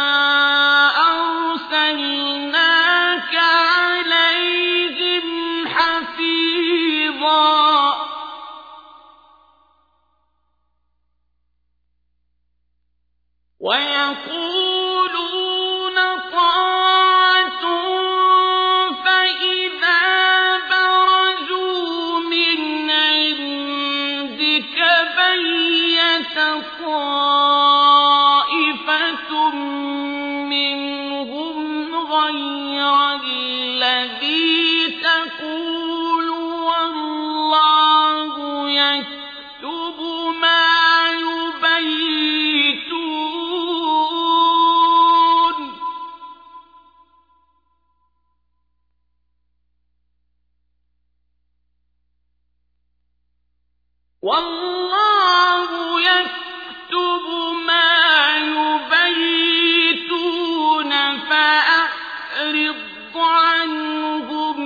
أَرْسَلْنَاكَ عَلَيْهِمْ حَفِيظًا وَيَقُولُونَ طَاعَةٌ فَإِذَا بَرَزُوا مِنْ عِندِكَ بَيَّتَ طَائِفَةٌ مِّنْهُمْ غَيْرَ الَّذِي تَقُولُ وَاللَّهُ يَكْتُبُ مَا يُبَيِّتُونَ وَاللَّهُ يَكْتُبُ مَا يُبَيِّتُونَ فَأَعْرِضْ عَنْهُمْ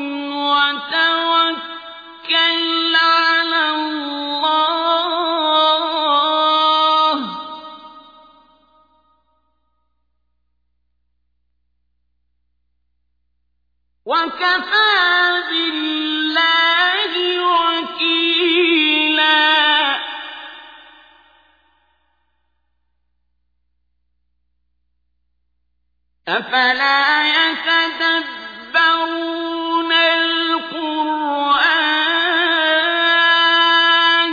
وَتَوَكَّلْ عَلَى اللَّهِ ۚ وَكَفَىٰ بِاللَّهِ وَكِيلًا أَفَلَا يَتَدَبَّرُونَ الْقُرْآنَ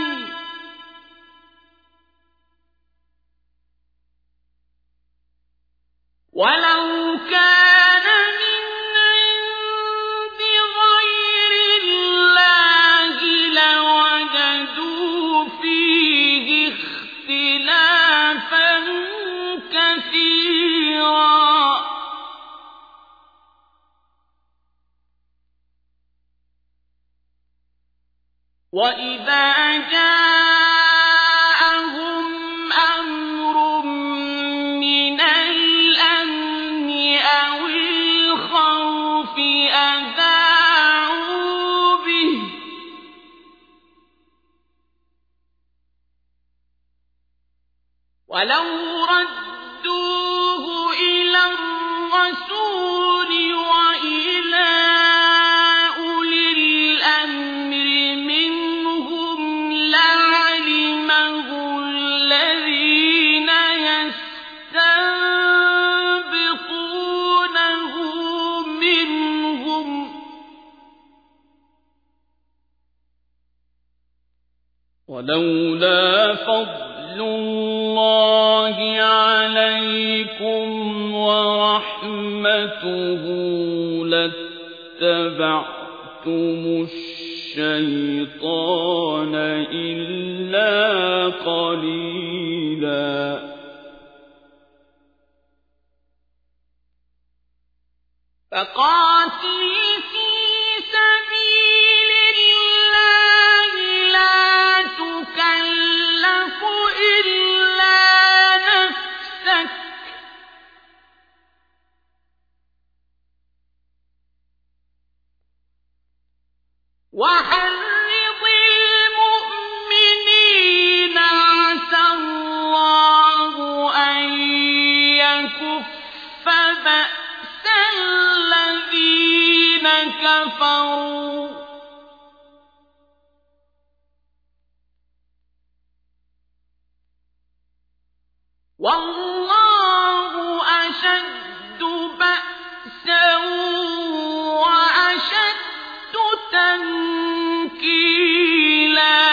وَلَوْ كَانَ مِنْ عِندِ غَيْرِ اللَّهِ لَوَجَدُوا فِيهِ اخْتِلَافًا كَثِيرًا وَإِذَا جَاءَهُمْ أَمْرٌ مِّنَ الْأَمْنِ أَوِ الْخَوْفِ أَذَاعُوا بِهِ ۖ وَلَوْ رَدُّوهُ إِلَى الرَّسُولِ وَإِلَىٰ أُولِي الْأَمْرِ مِنْهُمْ لَعَلِمَهُ الَّذِينَ يَسْتَنبِطُونَهُ مِنْهُمْ ۗ ولولا فضل الله عليكم ورحمته لاتبعتم الشيطان إلا قليلا فَقَاتِلْ فِي سَبِيلِ اللَّهِ لَا تُكَلَّفُ إِلَّا نَفْسَكَ ۚ وَحَرِّضِ الْمُؤْمِنِينَ عَسَى اللَّهُ أَن يَكُفَّ بَأْسَ الَّذِينَ كَفَرُوا ۚ وَاللَّهُ أَشَدُّ بَأْسًا وَأَشَدُّ تَنكِيلًا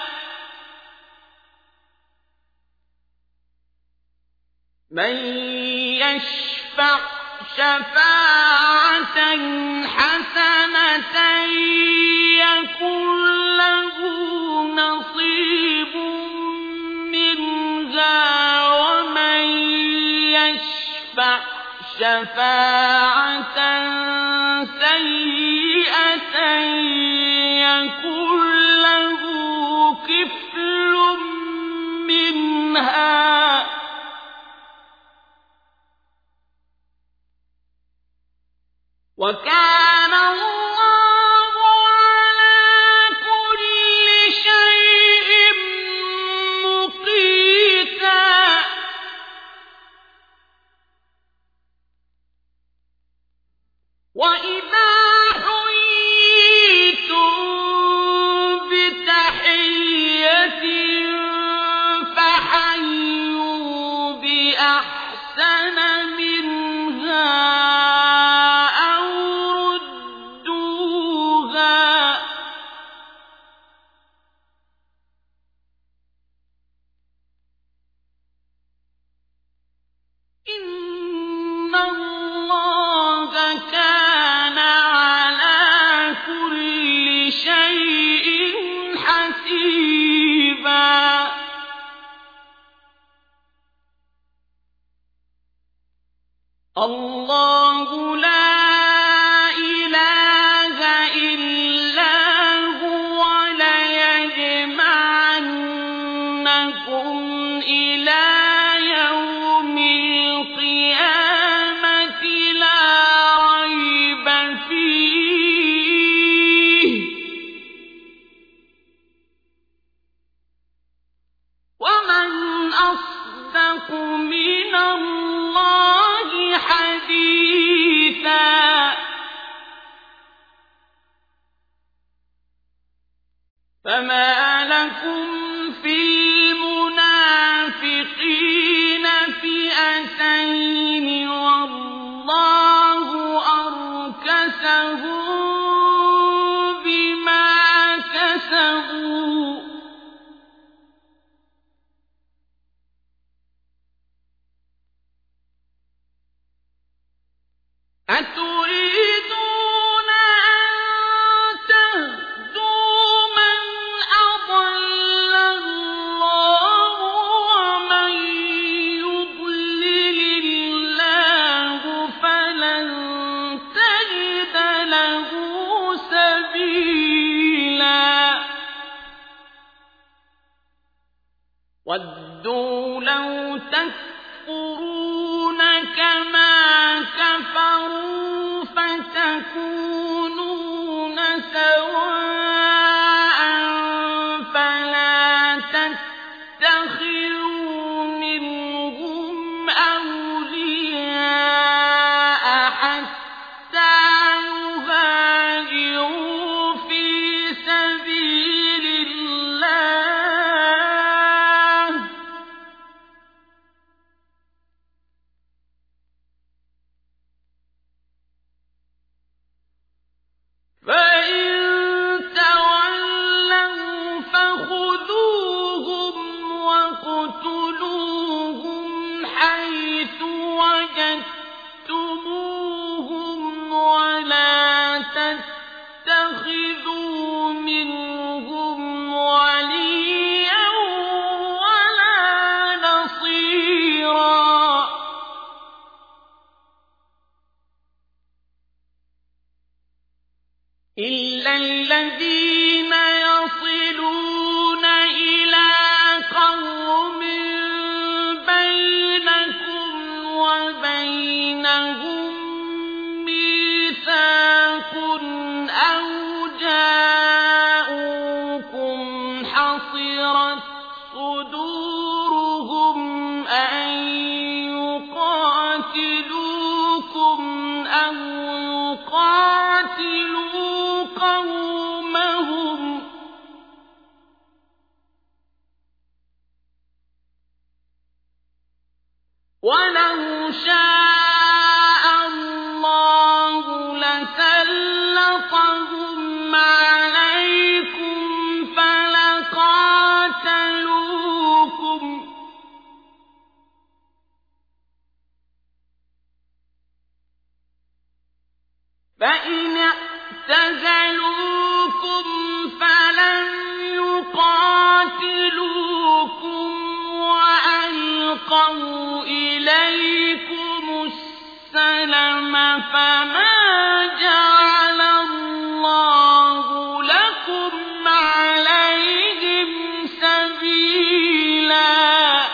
مَن يَشْفَعْ شَفَاعَةً حَسَنَةً يَكُن لَّهُ نَصِيبٌ مِّنْهَا وَمَن يَشْفَعْ شَفَاعَةً سَيِّئَةً شيء حسيبا الله لا إله إلا هو ليجمعنكم إلى يوم القيامة لا ريب فيه ومن أصدق من الله حديثا فما لكم في المنافقين فئتين والله أركسهم بما كسبوا أتريدون أن تهدوا من أضل الله ومن يضلل الله فلن تجد له سبيلا ودوا لو تكفرون كما كفروا فتكونون سواء فلا تتخذوا منهم أولياء حتى يهاجروا في سبيل الله فإن تولوا فخذوهم واقتلوهم حيث وجدتموهم ولا تتخذوا منهم وليا ولا نصيرا إلا الذين يصلون إلى قوم بينكم وبينهم ميثاق أو جاءوكم حصرت صدورهم أن يقاتلوكم أو يقاتلوا قومهم ولو شاء الله لسلطهم عليكم فلقاتلوكم فإن اعتزلوكم فلم يقاتلوكم وألقوا إليكم السلم فما جعل الله لكم عليهم سبيلا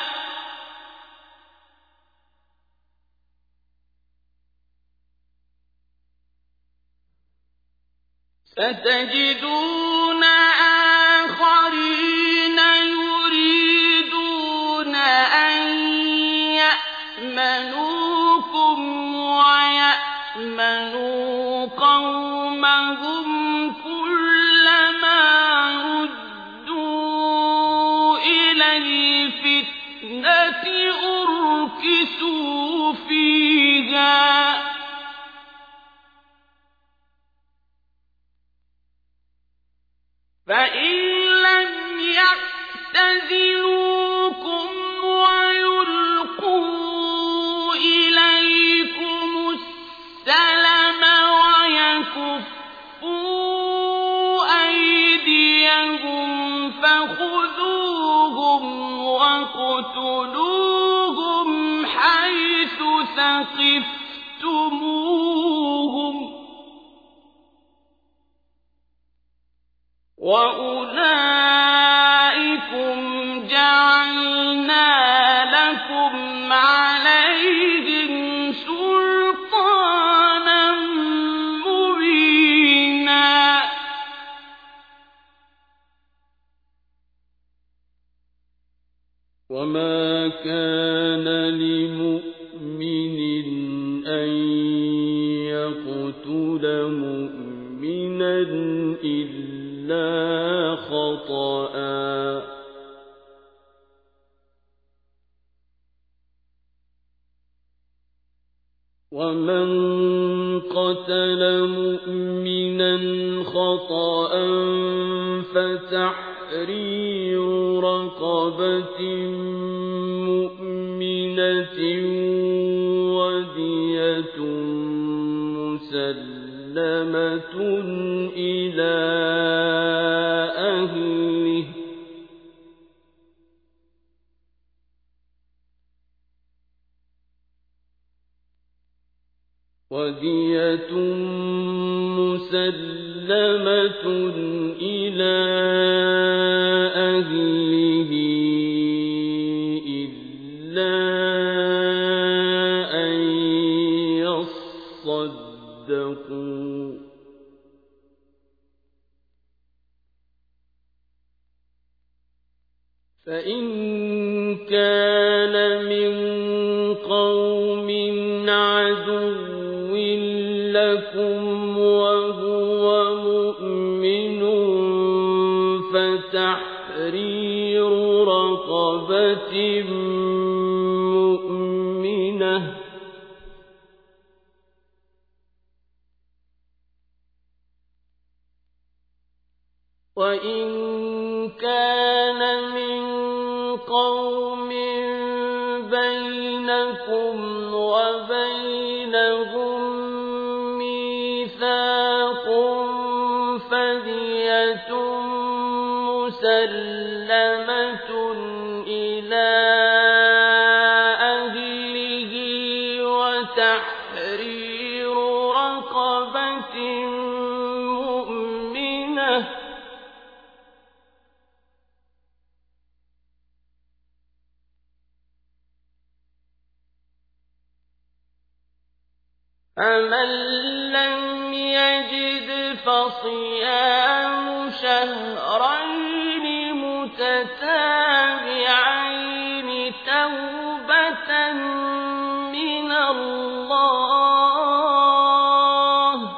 ستجدون آخرين يريدون أن يأمنوكم ويأمنوا قومهم كلما ردوا إلى الفتنة أركسوا فيها فإن لم يعتزلوكم ويلقوا إليكم السلم ويكفوا وَاقْتُلُوهُمْ حَيْثُ ثَقِفْتُمُوهُمْ ۚ وَأُولَٰئِكُمْ جَعَلْنَا لَكُمْ عَلَيْهِمْ سُلْطَانًا مُّبِينًا. وَمَا كَانَ لِمُؤْمِنٍ أَن يَقْتُلَ مُؤْمِنًا إِلَّا خَطَأً ۚ وَمَن قَتَلَ مُؤْمِنًا خَطَأً فَتَحْرِيرُ رَقَبَةٍ مُّؤْمِنَةٍ وَدِيَةٌ مُّسَلَّمَةٌ إِلَىٰ أَهْلِهِ ۖ وَدِيَةٌ مُّسَلَّمَةٌ إِلَىٰ أَهْلِهِ إِلَّا أَن يَصَّدَّقُوا ۚ فَإِن كَانَ مِن قَوْمٍ عَدُوٍّ لَّكُمْ وَهُوَ مُؤْمِنٌ فَتَحْرِيرُ رَقَبَةٍ مُّؤْمِنَةٍ ۖ وَإِن كَانَ مِن قَوْمٍ بَيْنَكُمْ وَبَيْنَهُم مِّيثَاقٌ فَدِيَةٌ مُّسَلَّمَةٌ إِلَىٰ أَهْلِهِ وَتَحْرِيرُ رَقَبَةٍ مُّؤْمِنَةٍ ۖ فَمَن لَّمْ يَجِدْ فَصِيَامُ شَهْرَيْنِ مُتَتَابِعَيْنِ تَوْبَةً مِّنَ اللَّهِ ۗ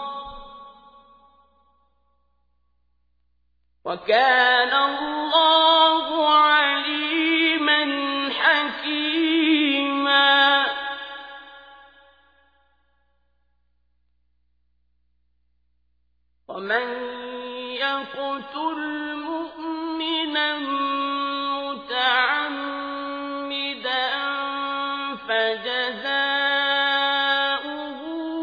وَكَانَ اللَّهُ عَلِيمًا حَكِيمًا. وَمَن يَقْتُلْ مُؤْمِنًا مُّتَعَمِّدًا فَجَزَاؤُهُ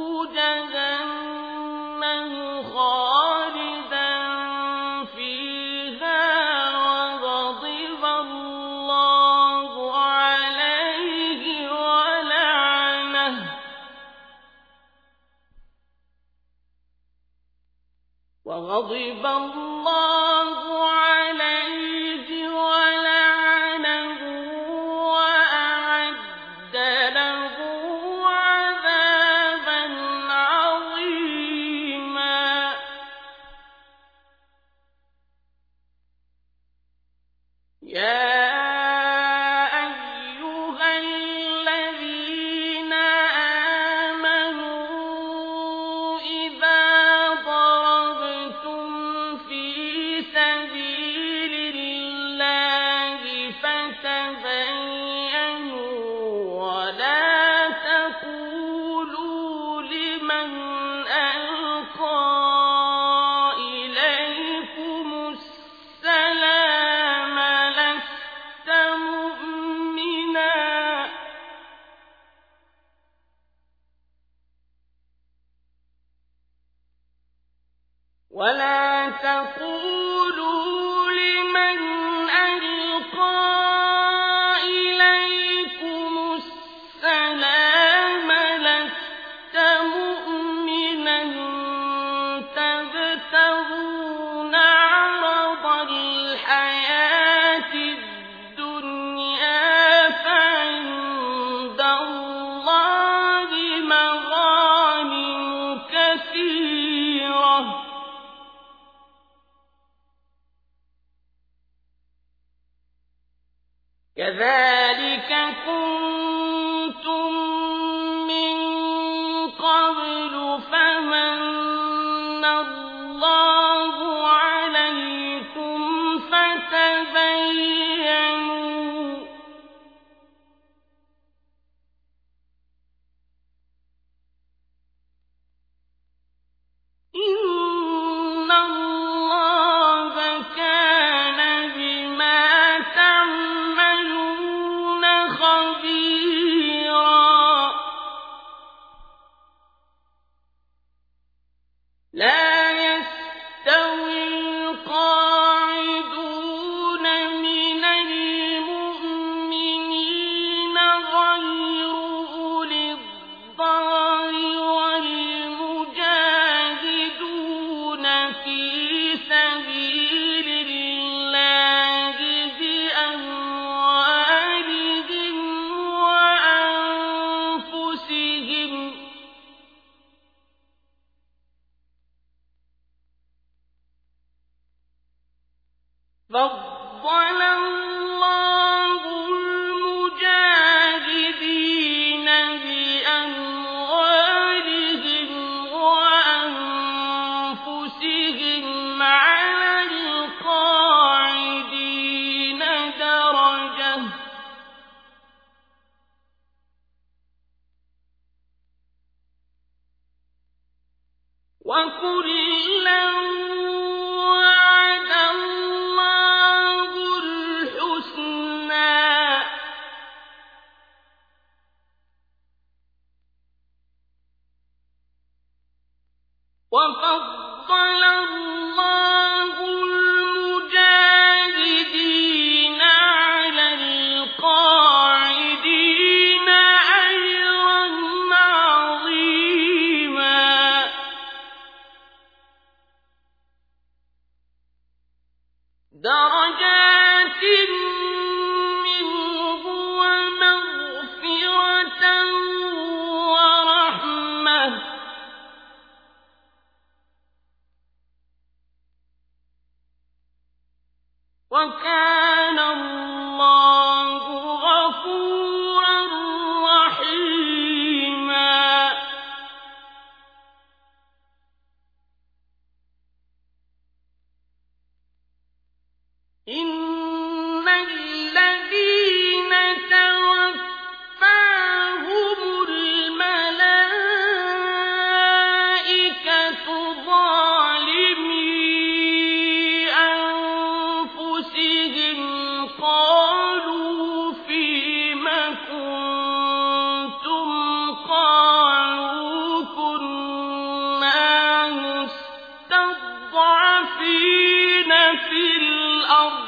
جَهَنَّمُ خَالِدًا فِيهَا وَغَضِبَ اللَّهُ عَلَيْهِ وَلَعَنَهُ وَغَضِبَ اللَّهُ عَلَيْهِ وَلَعَنَهُ وَأَعَدَّ لَهُ عَذَابًا عَظِيمًا. يَا أَيُّهَا الَّذِينَ آمَنُوا إِذَا ضَرَبْتُمْ فِي الحياة الدنيا فعند الله مغانم كثيرة كذلك كنتم من قبل فمن الله عليكم فتبينوا إن الله كان بما تعملون خبيرا لا يستوي القاعدون من المؤمنين غير أولي الضرر والمجاهدون في سبيل الله بأموالهم وأنفسهم فضل الله المجاهدين بأموالهم وأنفسهم على القاعدين درجة وكلا وعد الله الحسنى وفضل الله المجاهدين على القاعدين أجرا عظيما درجات منه ومغفرة ورحمة وكان الله غفورا رحيما إن الذين توفاهم الملائكة ظالمي أنفسهم قالوا فيم كنتم قالوا كنا مستضعفين في الأرض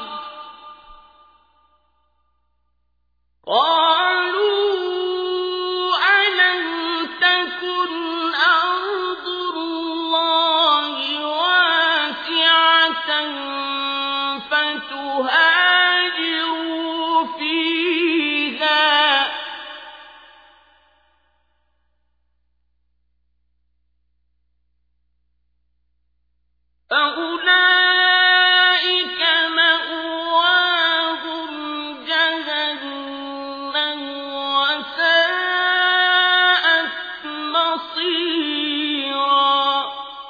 قالوا ألم تكن أرض الله واسعة فتهاجروا فيها فأولئك مأواهم جهنم وساءت مصيرا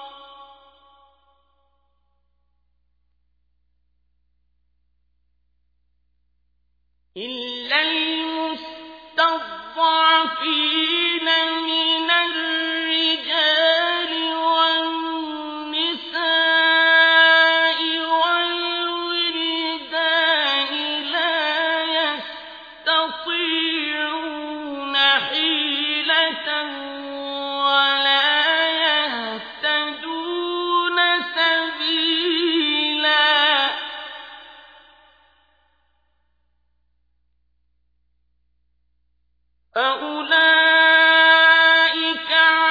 إلا المستضعفين من الرجال والنساء والولدان لا يستطيعون حيلة ولا يهتدون سبيلا فأولئك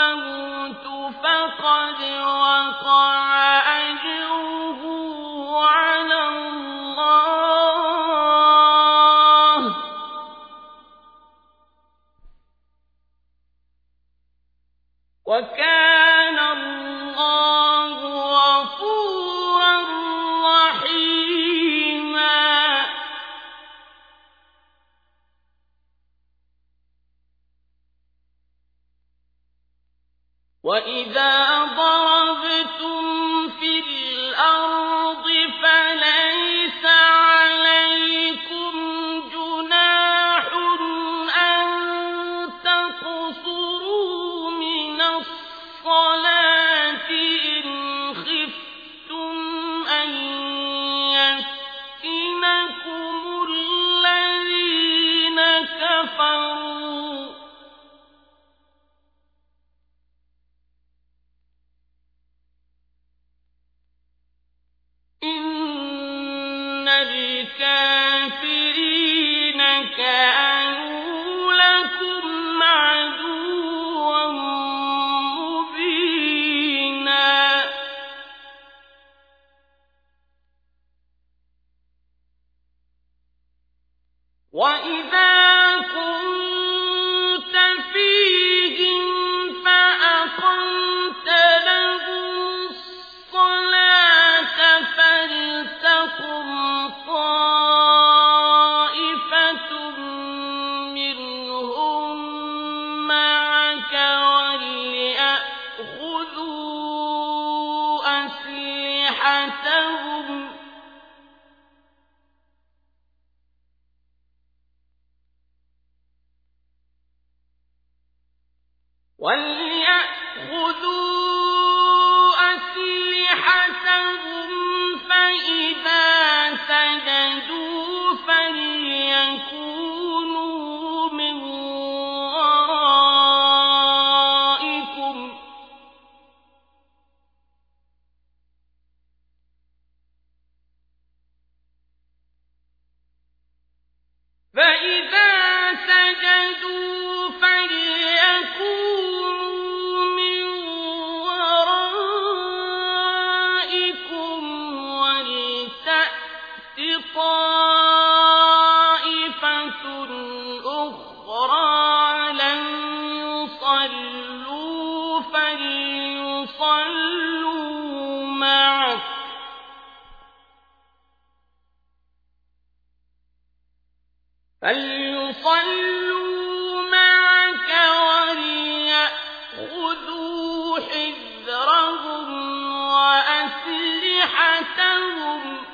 الموت فقد وقع أجره على الله وكان الله غفورا رحيما وإذا ضربتم في الأرض فليس عليكم جناح أن تقصروا من الصلاة إن خفتم أن يفتنكم الذين كفروا إن الكافرين كانوا لكم عدوا مبينا وإذا كنت فيهم فأقمت لهم الصلاة فلتقم طائفة منهم معك وليأخذوا أسلحتهم وليأخذوا أسلحتهم فإذا سجدوا فليكونوا من ورائكم فإذا سجدوا فليكونوا من ورائكم ولتأت طائفة أخرى لم يصلوا فليصلوا معك فليصلوا معك وليأخذوا حذرهم وأسلحتهم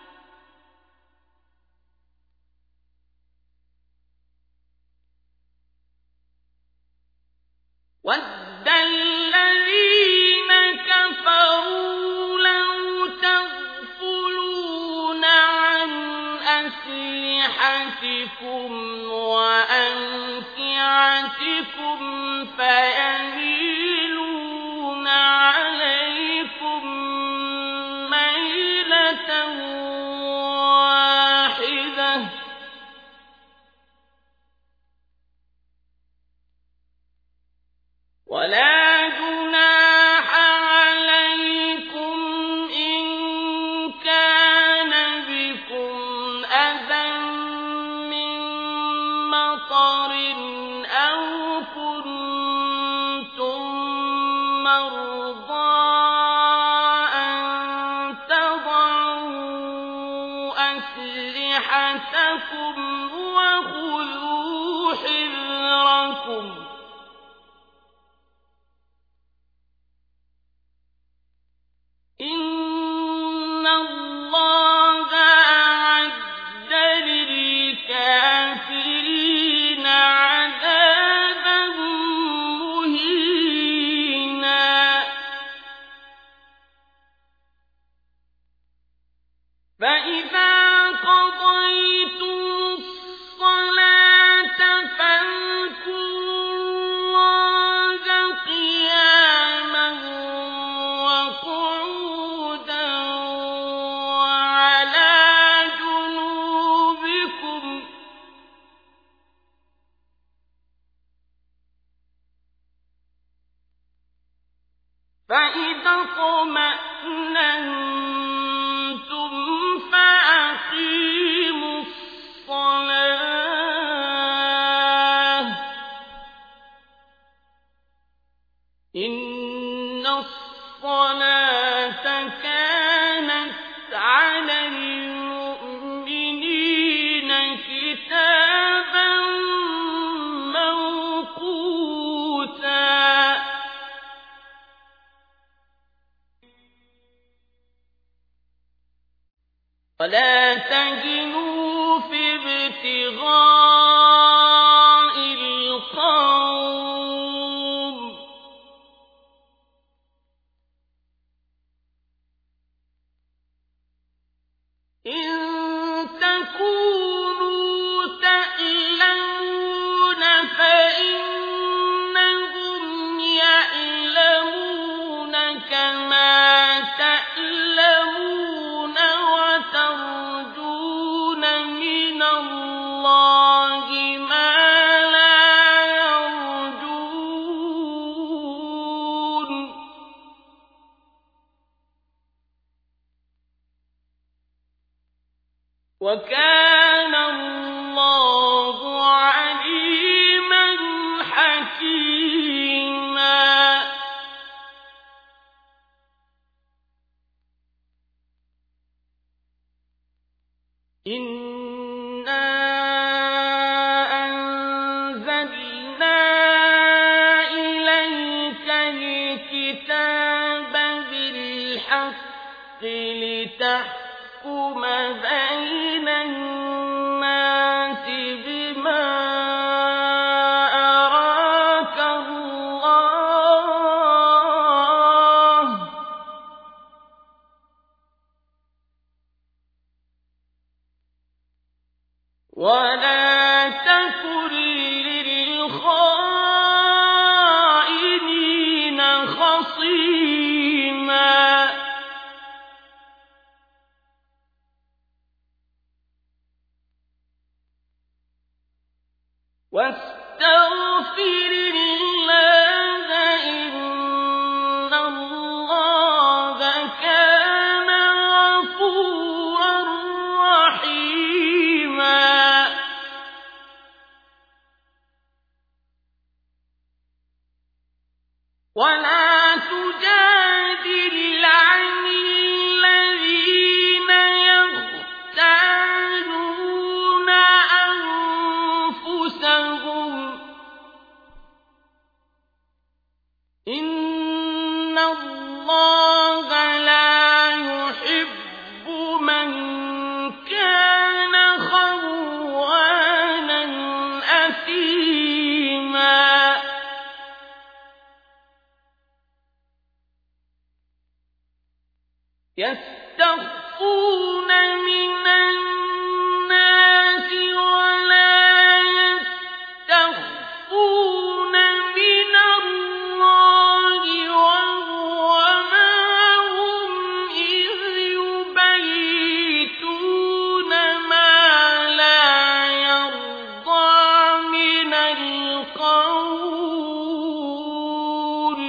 وَدَّ الَّذِينَ كَفَرُوا لَوْ تَغْفُلُونَ عَنْ أَسْلِحَتِكُمْ وَأَمْتِعَتِكُمْ فَيَمِيلُونَ عَلَيْكُم مَّيْلَةً وَاحِدَةً وَلَا جُنَاحَ عَلَيْكُمْ إِن كَانَ بِكُمْ أَذًى مِّن مَّطَرٍ أَوْ كُنتُم مَّرْضَىٰ أَن تَضَعُوا أَسْلِحَتَكُمْ وَخُذُوا حِذْرَكُمْ إِنَّ اللَّهَ أَعَدَّ لِلْكَافِرِينَ عَذَابًا مُّهِينًا فَإِذَا قَضَيْتُمُ الصَّلَاةَ فَاذْكُرُوا فإذا اطمأننتم فأقيموا الصلاة إن الصلاة كانت على المؤمنين كتابا موقوتا ولا تهنوا في ابتغاء القوم إن تكونوا تألمون فإنهم يألمون كما تألمون وترجون من الله ما لا يرجون وكان الله عليما حكيما إنا أنزلنا إليك الكتاب بالحق لتحكم بين الناس بما أراك الله ولا تكن للخائنين خصيما واستغفر الله إن الله كان غفورا رحيما ولا تجادل عن الذين يختانون أنفسهم إن الله لا يحب من كان خوانا أثيما يستخفون من الناس ولا يستخفون من الله وهو معهم إذ يبيتون ما لا يرضى من القول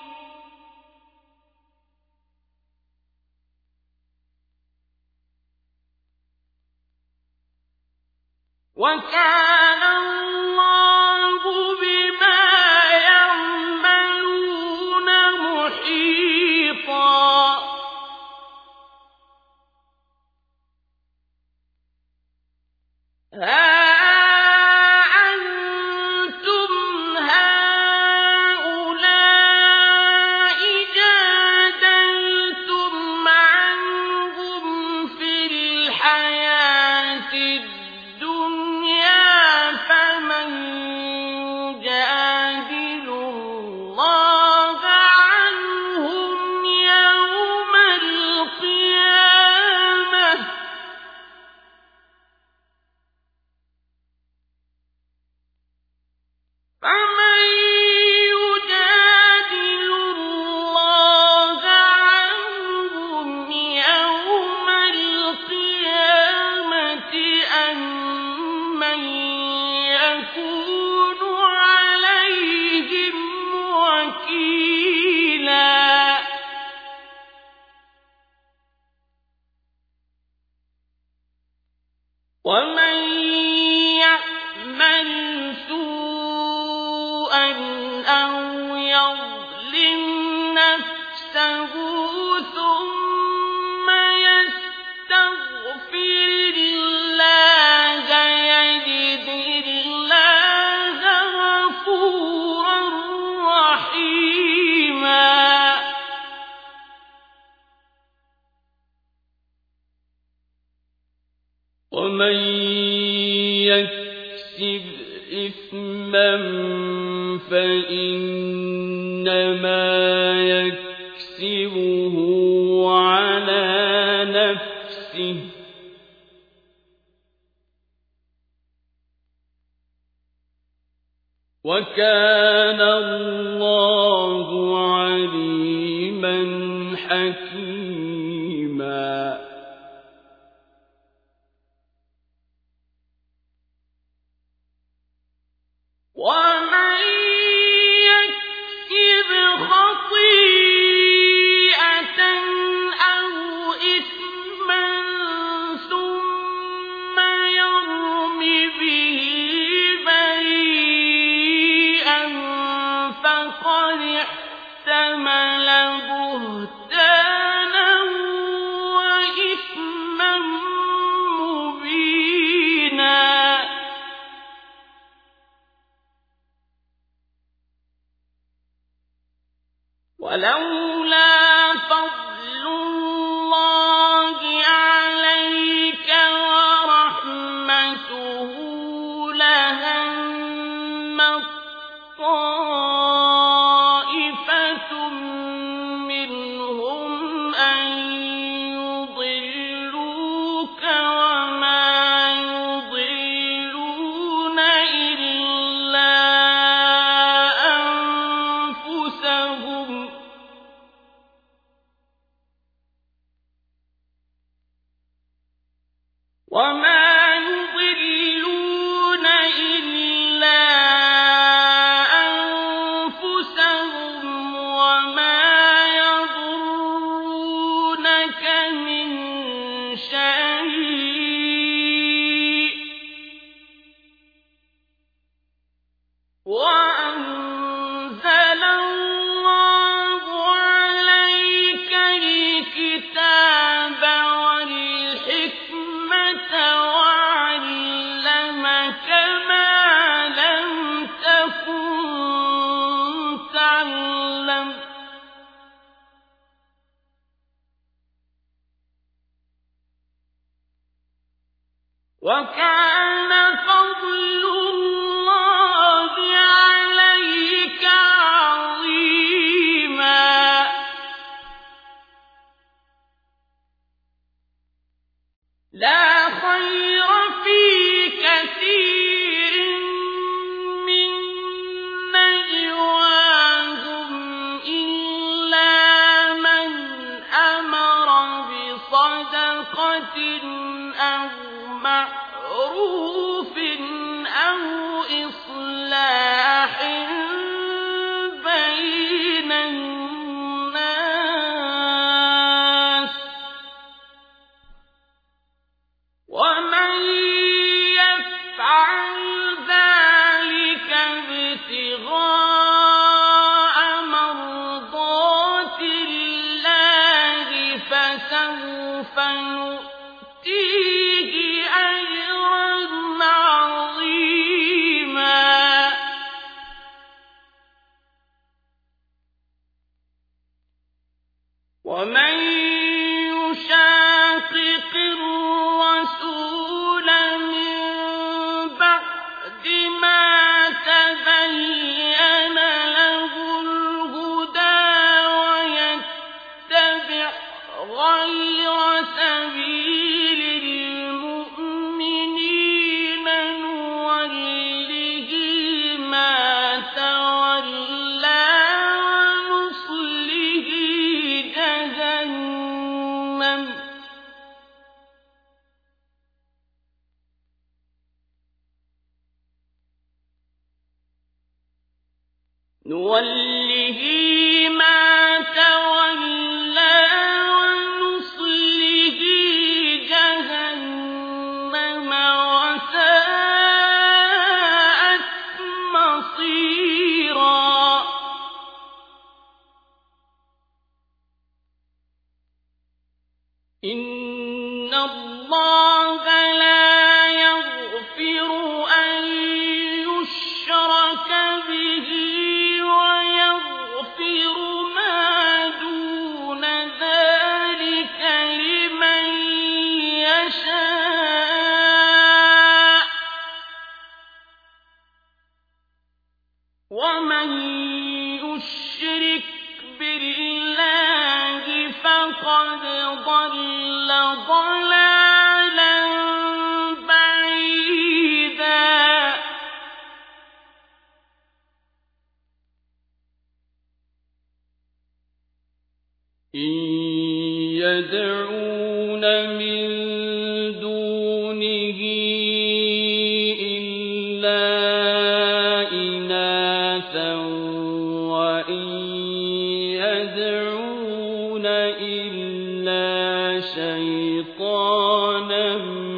وكان الله بما يعملون محيطا ها أنتم هؤلاء جادلتم عنهم في الحياة الدنيا إثما فإنما يكسبه على نفسه وكان الله عليما حكيما ومن يكسب خطيئة أو إثما ثم يرم به بريئا فقد احتمل بهتانا وإثما مبينا ولولا فضل الله عليك ورحمته لهمت طائفة منهم أن يضلوك وما يضلون إلا أنفسهم وما يضلون إلا أنفسهم وما يضرونك من شيء وأنزل الله عليك الكتاب والحكمة وعلمك ما لم تكن تعلم وكان فضل الله عليك عظيما لا خير في كثير من نجواهم إلا من أمر بصدقة أو معروف أو إصلاح بين الناس ومن يفعل ذلك ابتغاء مرضات الله فسوف نؤتيه أجرا عظيما ومن يشاقق الرسول من بعد ما تبين له الهدى ويتبع غير سبيل المؤمنين نوله ما تولى ونصله جهنم نوله ما تولى ونصله جهنم وساءت مصيرا إن الله لا يغفر أن يشرك به ويغفر ما دون ذلك لمن يشاء فقد ضل ضلالا بعيدا إن يدعون من دونه إلا إناثا وإن يدعون إلا شيطانا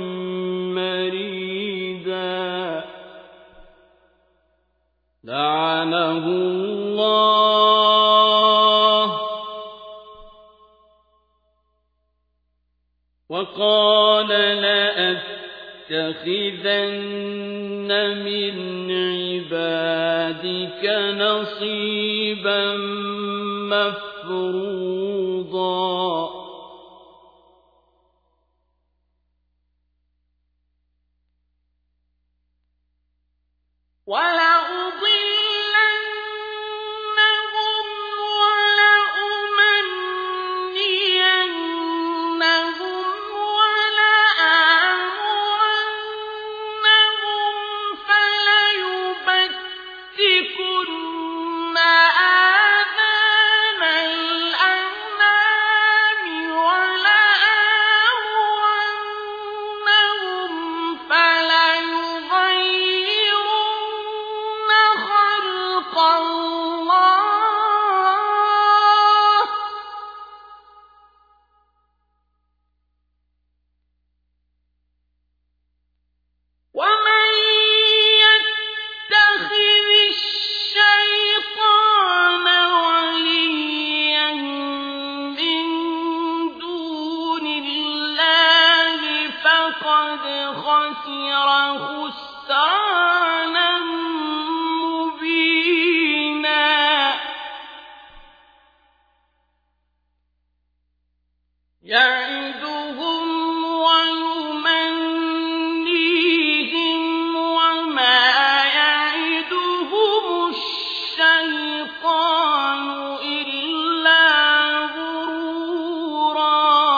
مريدا لعنه الله وقال لأتخذن من عبادك نصيبا مفروضا ولأضلنهم ولأمنينهم ولآمرنهم فليبتكن آذان الأنعام ولآمرنهم فليغيرن خلق الله ومن يتخذ الشيطان وليا من دون الله فقد خسر خسرانا مبينا يعدهم ويمنيهم وما يعدهم الشيطان إلا غرورا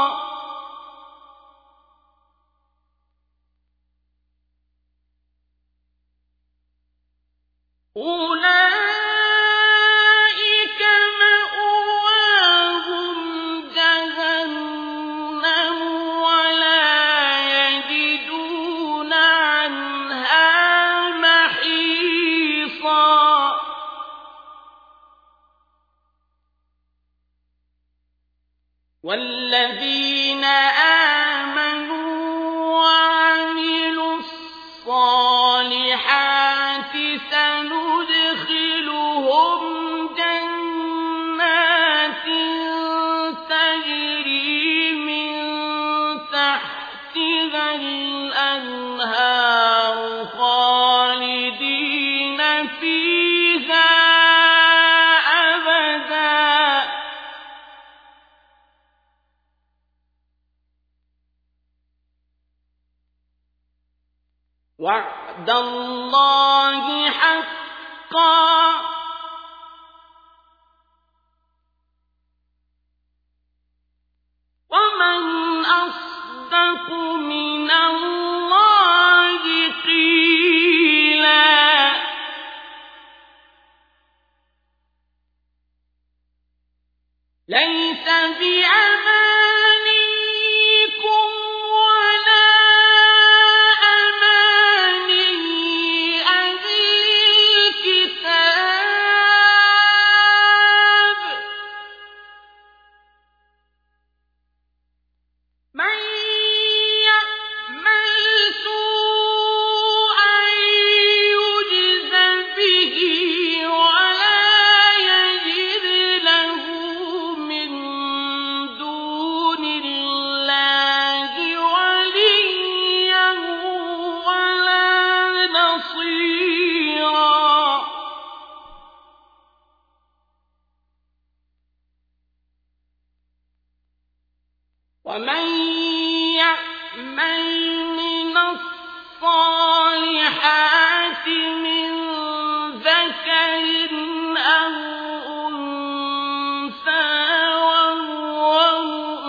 أولئك مأواهم جهنم ولا يجدون عنها محيصا والذين آمنوا وعملوا الصالحات سندخلهم جنات تجري من تحتها الأنهار خالدين فيها أبدا وعد الله حقا ومن أصدق من الله قيلا ليس بأمانيكم ولا أماني أهل الكتاب من يعمل سوءا يجز به ولا يجد له من دون الله وليا ولا نصيرا ومن يعمل من الصالحات من ذكر أو أنثى وهو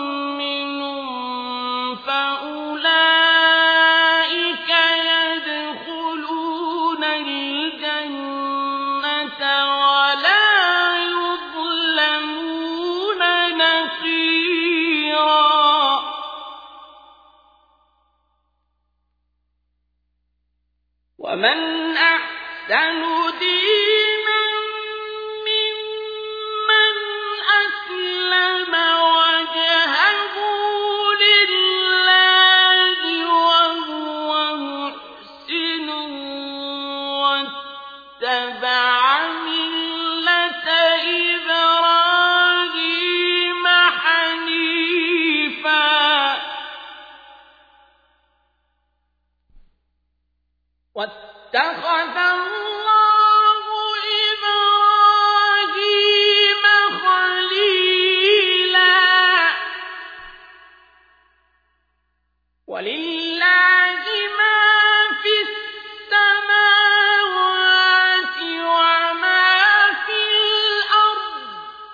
أحسن دينا ممن أسلم وجهه لله وهو محسن واتبع ملة إبراهيم حنيفا واتخذ الله إبراهيم خليلا ولله ما في السماوات وما في الأرض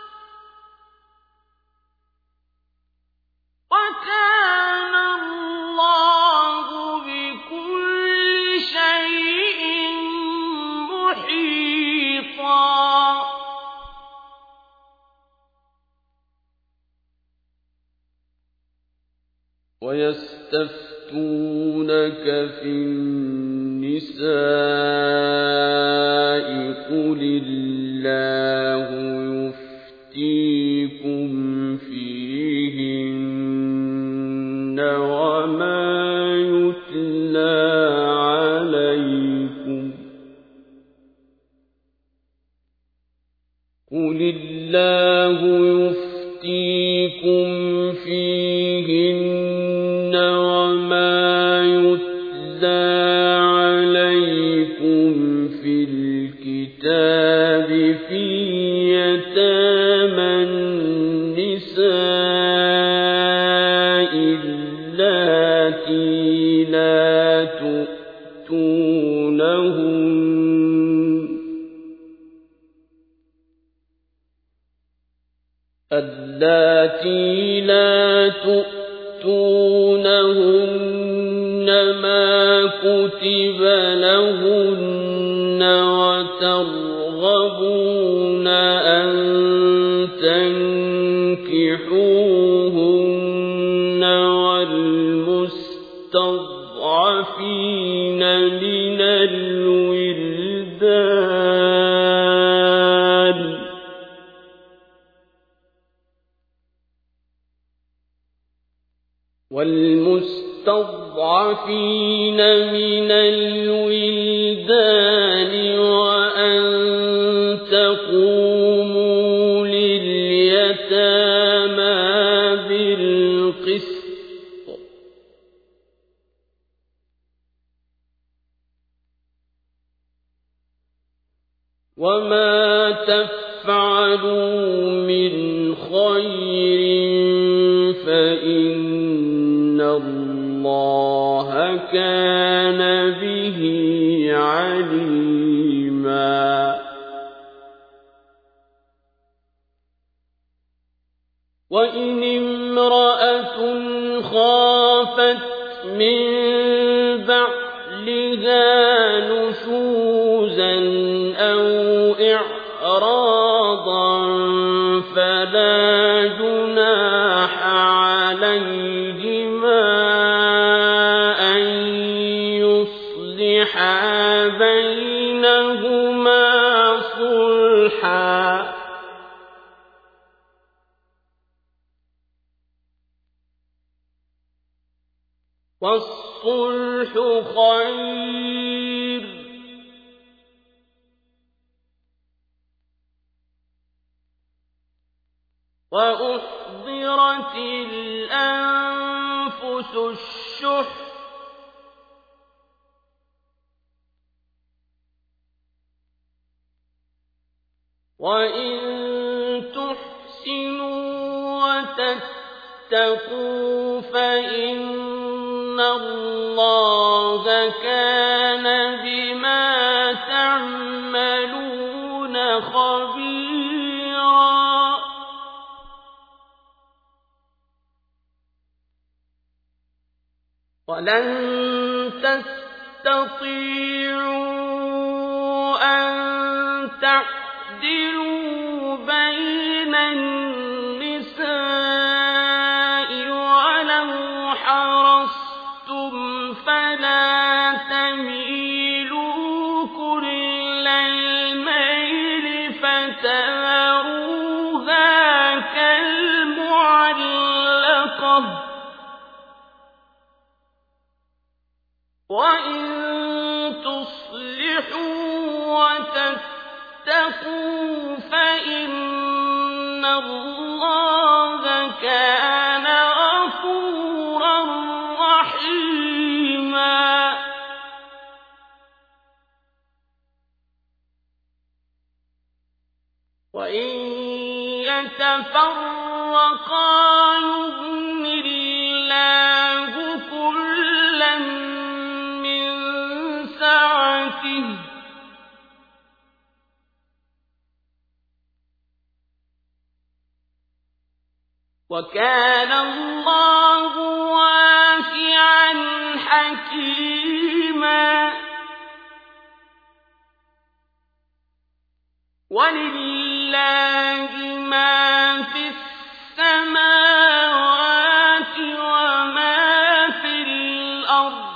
وكان الله بكل شيء محيطا ويستفتونك في النساء قل الله يفتيكم فيهن وما يتلى عليكم قل الله يفتيكم فيهن وما يتلى عليكم في الكتاب في يتامى النساء اللاتي لا تؤتونهن اللاتي لا تؤتونهن ما كتب لهن وترغبون أن تنكحوهن والمستضعفين من الولدان والمستضعفين من الولدان وأن تقوموا لليتامى بالقسط وما تفعلوا من خير فإن الله كان به عليما وإن امرأة خافت من بعلها نشوزا أو إعراضا فلا جناح عليهما أن يصلحا بينهما صلحا والصلح خير وأحضرت الأنفس الشح وإن تحسنوا وتتقوا فإن الله كان بما تعملون خبيرا ولن تستطيعوا أن تعدلوا بين النساء ولو حرصتم فلا تميلوا كل الآخرة وإن تصلحوا وتتقوا فإن الله كان غفورا رحيما وإن يتفرقا يغن الله كلا من سعته وكان الله واسعا حكيما ولله ما في السماوات وما في الأرض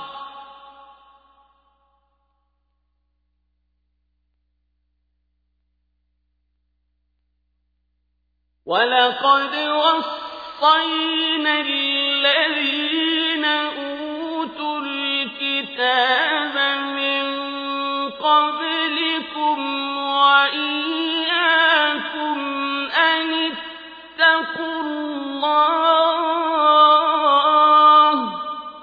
ولقد وصينا الذين أوتوا الكتاب من قبلكم وإياكم أن اتقوا الله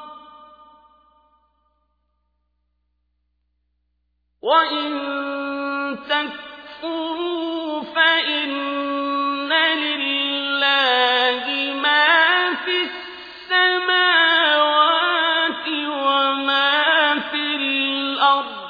وإن تكفروا فإن لله ما في السماوات وما في الأرض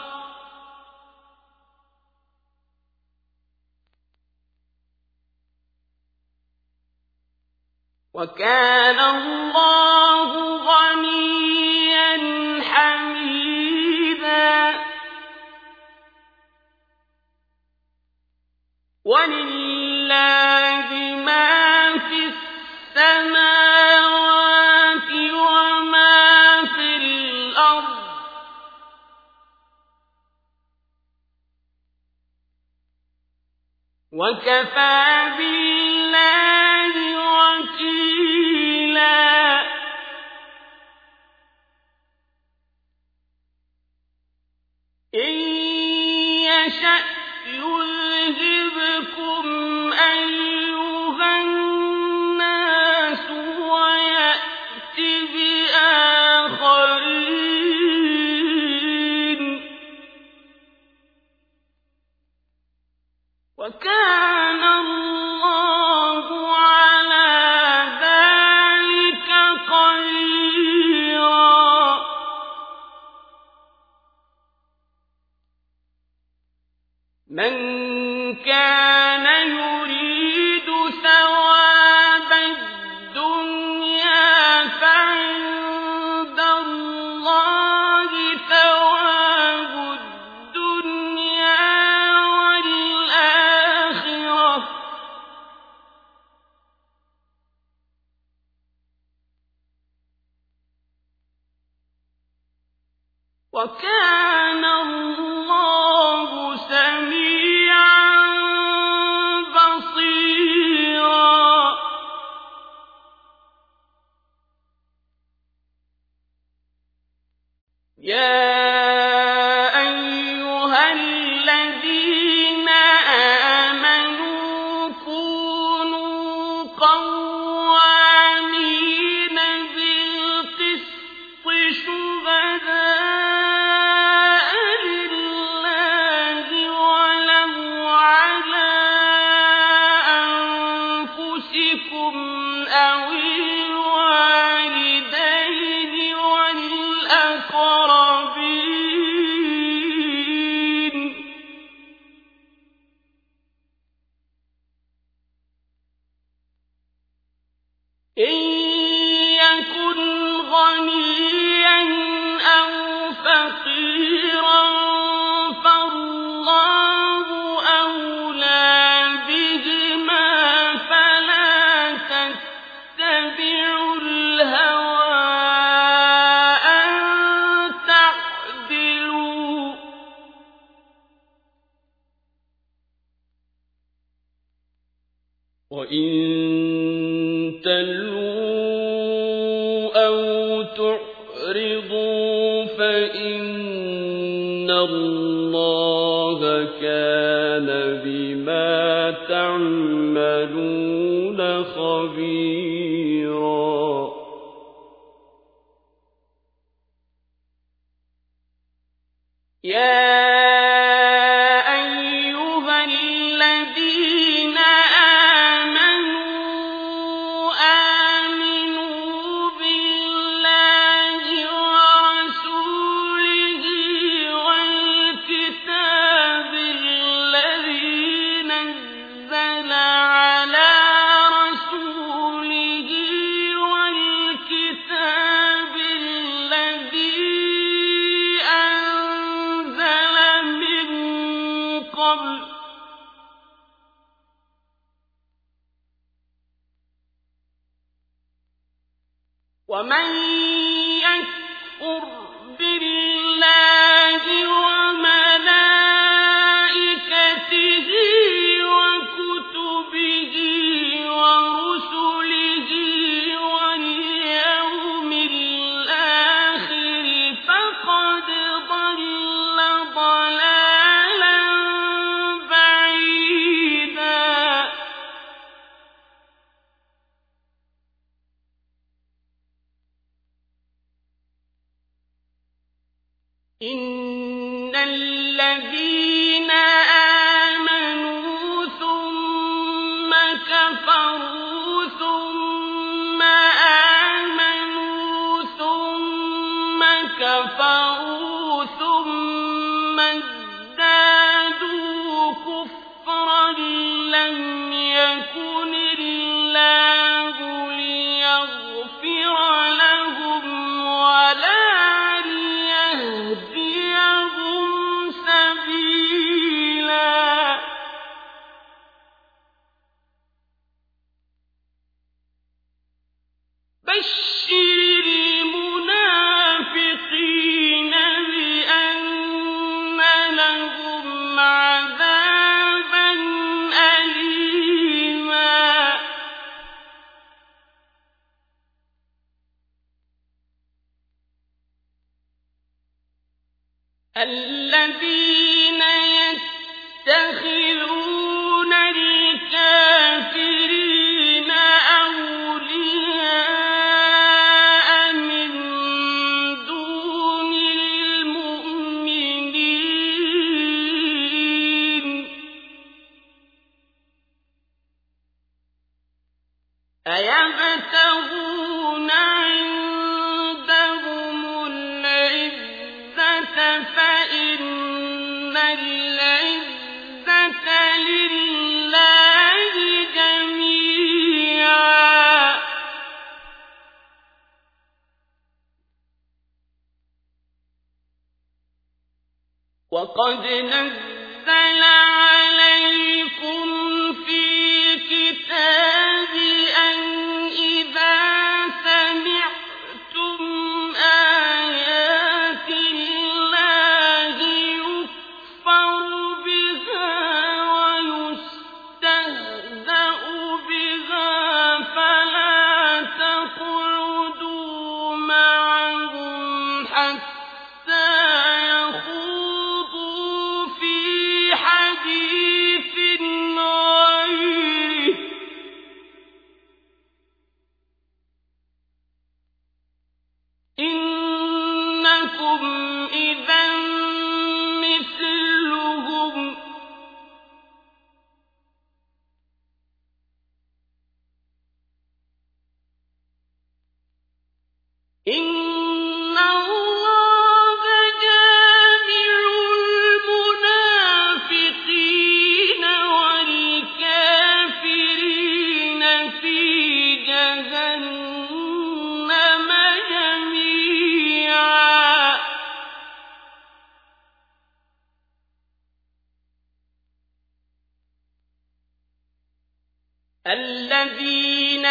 وكان الله غنيا حميدا ولله ما في السماوات وما في الأرض وكفى بالله وكيلا إن يشأ يذهبكم أيها الناس ويأت بآخرين وكان الله على ذلك قديرا من كان يريد ثواب الدنيا فعند الله ثواب الدنيا والآخرة وكان الله سميعا بصيرا يا أيها الذين آمنوا كونوا قوامين بالقسط شهداء لله ولو على أنفسكم أو الوالدين والأقربين إن يكن غنيا أو فقيرا فالله أولى بهما فلا تتبعوا الهوى أن تعدلوا وإن تلووا خبيرا يا أيها الذين آمنوا آمنوا بالله ورسوله والكتاب الذي نزل على رسوله والكتاب الذي أنزل من قبل ومن يكفر بالله وملائكته وكتبه ورسله واليوم الآخر فقد ضل ضلالا بعيدا إن الذين آمنوا ثم كفروا ثم آمنوا ثم كفروا ثم ازدادوا كفرا لم يكن الله ليغفر لهم ولا ليهديهم سبيلا بشر المنافقين بأن لهم عذابا أليما الذين يتخذون الكافرين أولياء من دون المؤمنين أيبتغون عندهم العزة فإن العزة لله جميعا وقد نزل عليكم في الكتاب أن إذا سمعتم آيات الله يكفر بها ويستهزأ بها فلا تقعدوا معهم حتى يخوضوا في حديث غيره إنكم إذا مثلهم إن الله جامع المنافقين والكافرين في جهنم جميعا الذين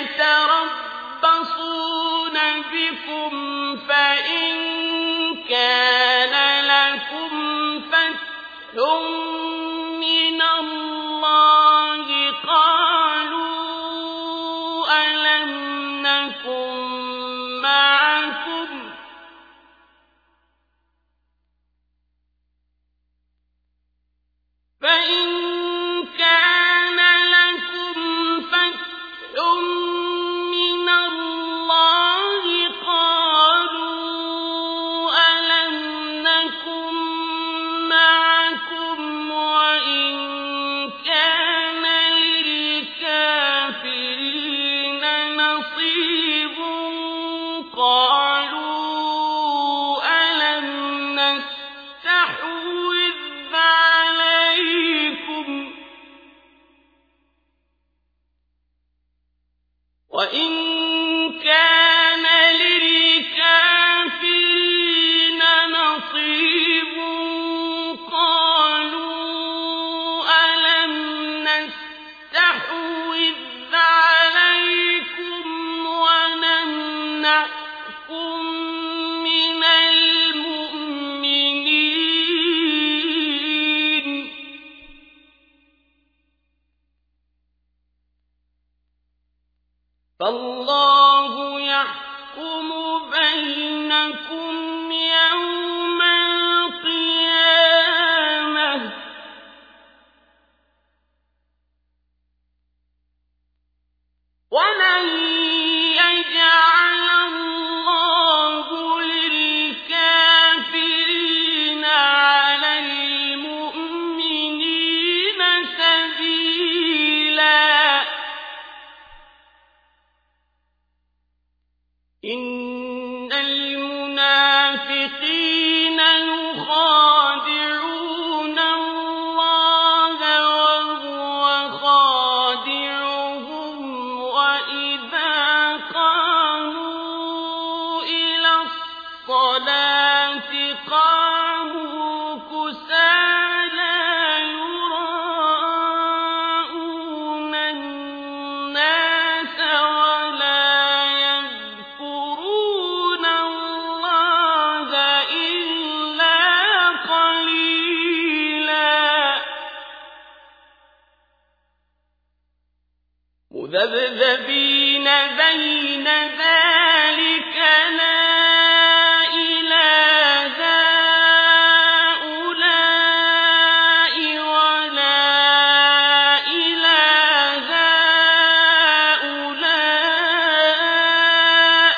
يتربصون بكم فإن كان لكم فتح من الله قالوا ألم نكن معكم فإن كان لكم فتح وإن كان للكافرين نصيب قالوا ألم نستحوذ عليكم ونمنعكم من المؤمنين فالله يحكم بينكم يوم القيامة ولن يجعل الله للكافرين على المؤمنين سبيلا إن المنافقين يخادعون الله وهو خادعهم وإذا قاموا إلى الصلاة قاموا كسالى يراءون الناس ولا يذكرون الله إلا قليلا مذبذبين بين ذلك لا إلى هؤلاء ولا إلى هؤلاء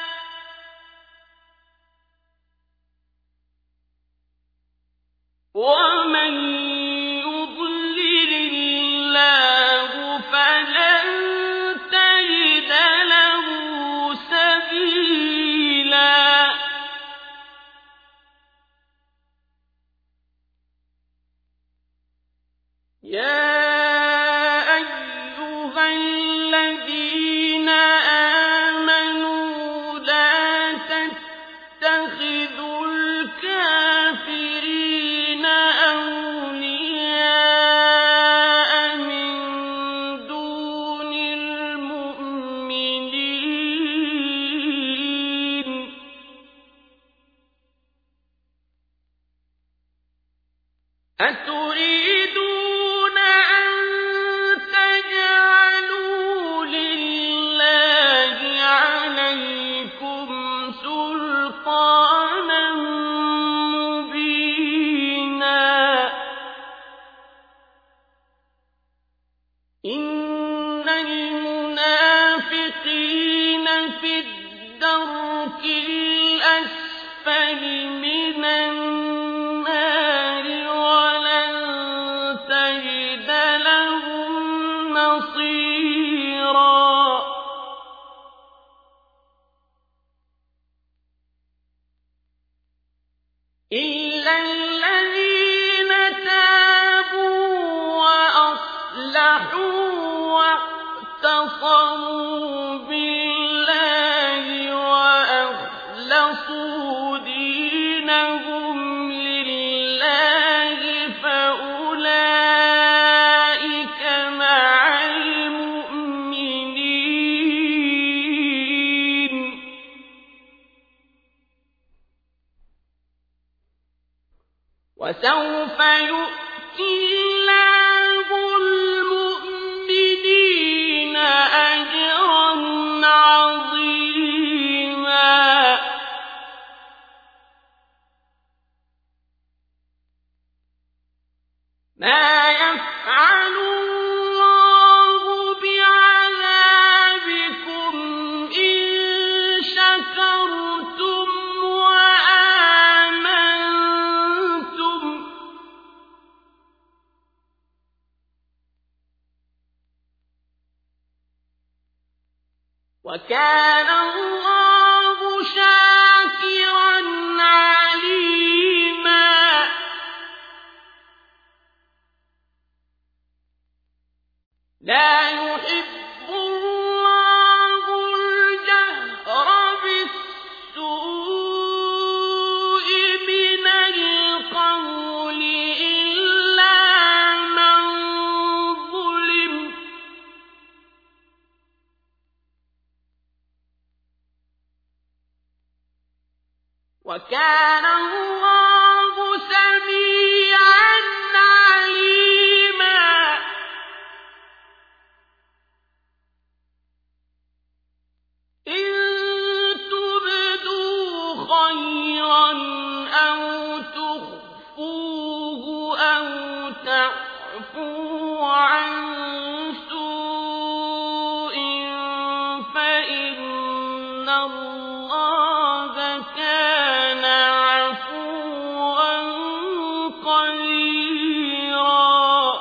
ومن يضلل الله فلن تجد له سبيلا يا أيها الذين آمنوا لا تتخذوا الكافرين أولياء من دون المؤمنين أتريدون أن تجعلوا لله عليكم سلطانا مبينا إن المنافقين في الدرك الأسفل من النار ولن تجد لهم نصيرا إلا الذين تابوا وأصلحوا واعتصموا بالله وأخلصوا دينهم لله فأولئك مع المؤمنين وسوف يؤتي الله المؤمنين أجرا عظيما ما يفعل الله بعذابكم إن شكرتم وآمنتم وكان الله شاكرا عليما لا يحب الله وكان الله سميعا عليما إن تبدوا خيرا أو تخفوه أو تعفوا عن سوء فإن الله كان عفوا قديرا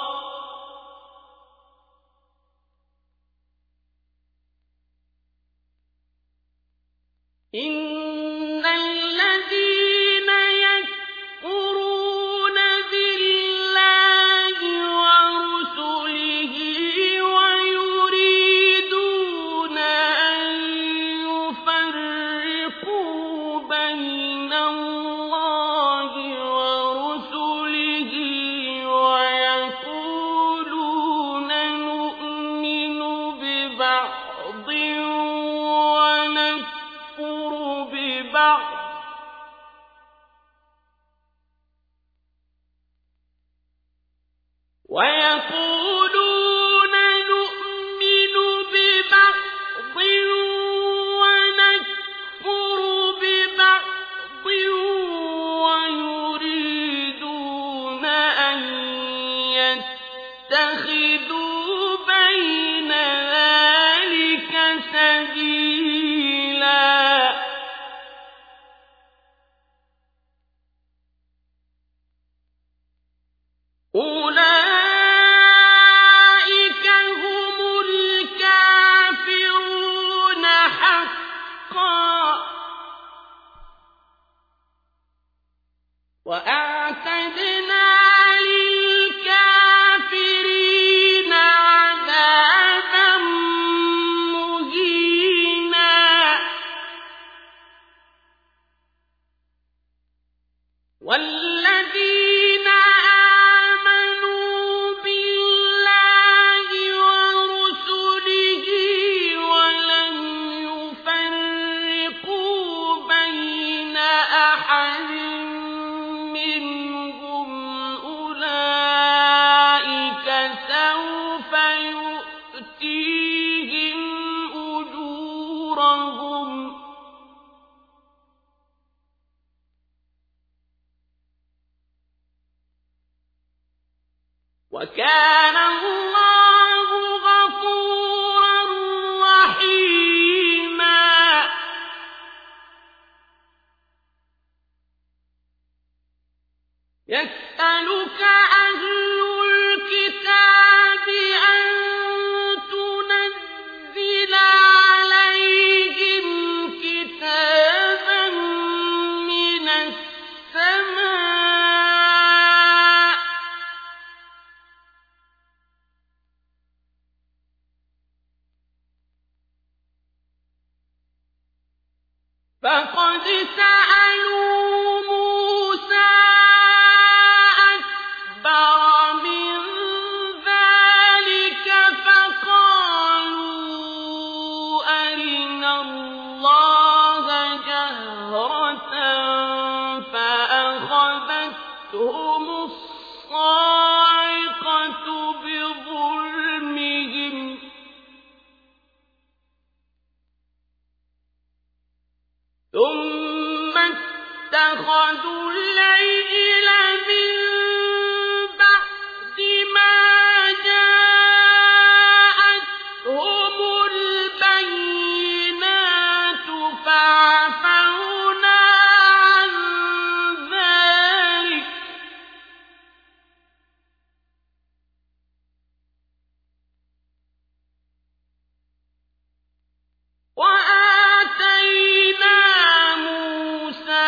إن الذين يكفرون بالله ورسله ويريدون أن يفرقوا بين الله ورسله ويقولون نؤمن ببعض ونكفر ببعض ويقولون نؤمن ببعض ونكفر ببعض ويريدون أن يتخذوا بين ذلك سبيلا أولئك هم الكافرون حقا وأعتدنا للكافرين عذابا مهينا والذين آمنوا بالله ورسله ولم يفرقوا بين أحد منهم أولئك سوف يؤتيهم أجورهم وكان الله غفورا رحيما يسألك أهل الكتاب أن تنزل عليهم كتابا من السماء فقد سألوا موسى أكبر من ذلك فقالوا أرنا الله جهرة فأخذتهم الصاعقة بظلمهم ثم اتخذوا العجل من بعد ما جاءتهم البينات فعفونا عن ذلك وآتينا موسى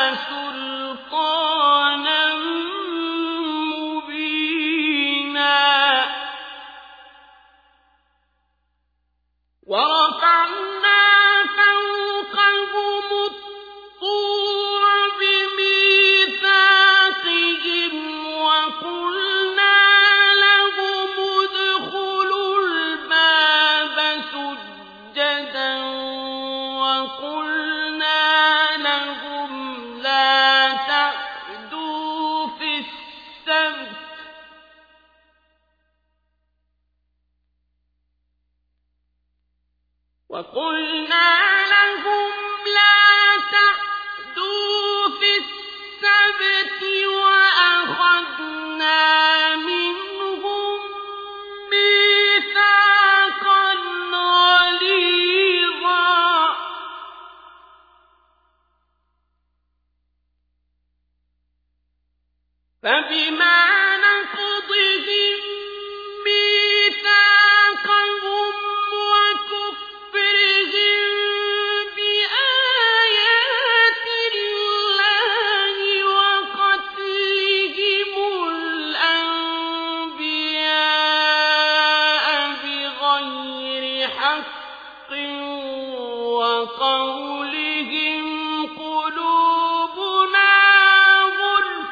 سلطانا مبينا ورفعنا فوقهم الطور بميثاقهم وقلنا لهم ادخلوا الباب سجدا وقلنا لهم وقلنا لهم لا تعدوا في السبت وأخذنا منهم ميثاقا غليظا فبما نقضهم ميثاقهم وكفرهم بآيات الله وقتلهم الأنبياء بغير حق وقولهم قلوبنا غلف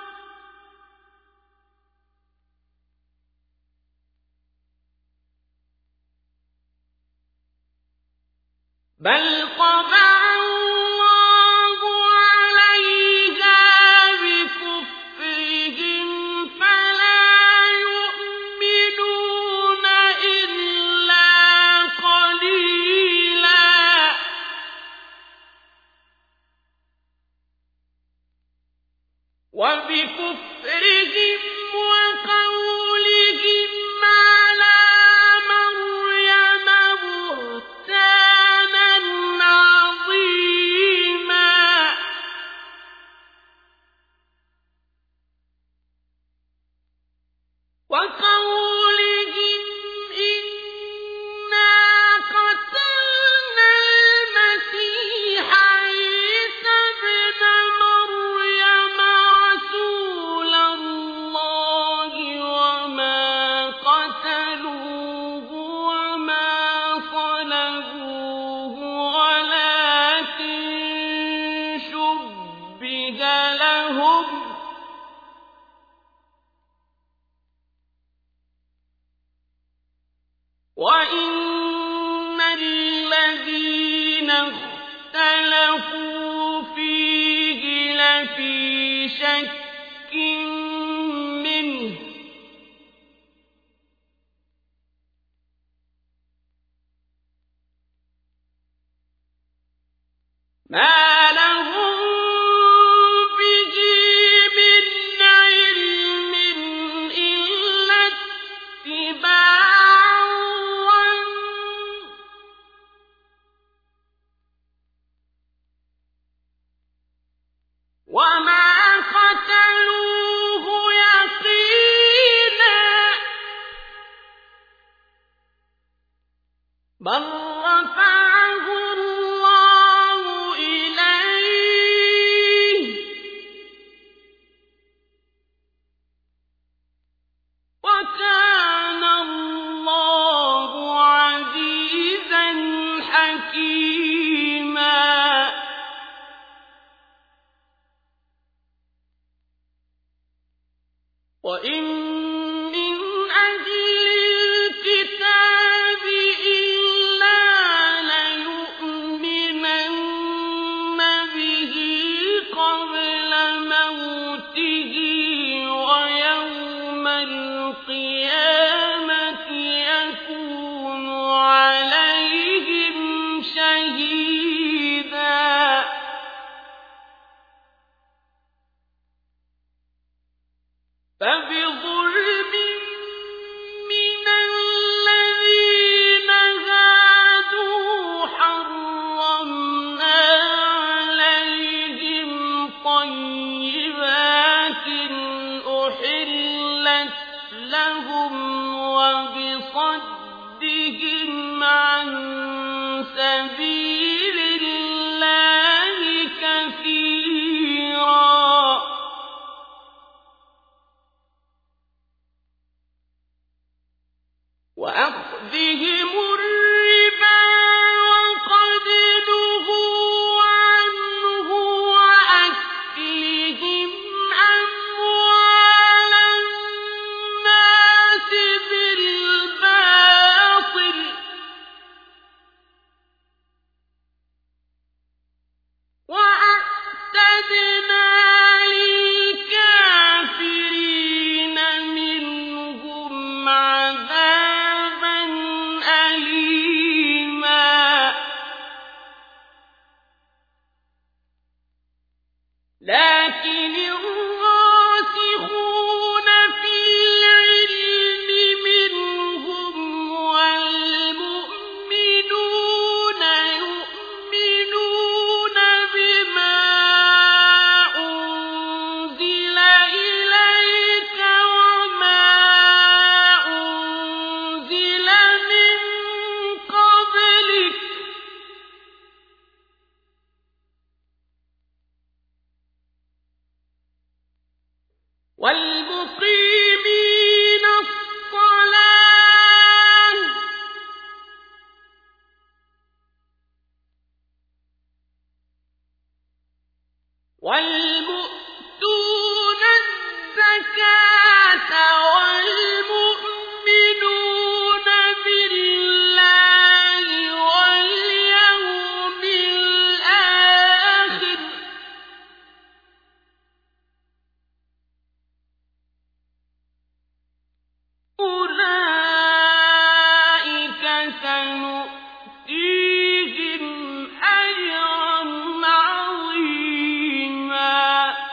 بل طبع الله عليها بكفرهم فلا يؤمنون إلا قليلا وبكفرهم وقولهم على مريم بهتانا عظيما وقولهم إنا قتلنا المسيح عيسى ابن مريم رسول الله وما قتلوه وما صلبوه ولكن شبه لهم وإن الذين اختلفوا فيه لفي شك منه ما لهم به من علم إلا اتباع الظن وما قتلوه يقينا بل رفعه الله إليه وكان الله عزيزا حكيما وإن من أهل الكتاب إلا ليؤمنن وَالْمُؤْتُونَ الزَّكَاةَ وَالْمُؤْمِنُونَ بِاللَّهِ وَالْيَوْمِ الْآخِرِ أُولَٰئِكَ سَنُؤْتِيهِمْ أَجْرًا عَظِيمًا.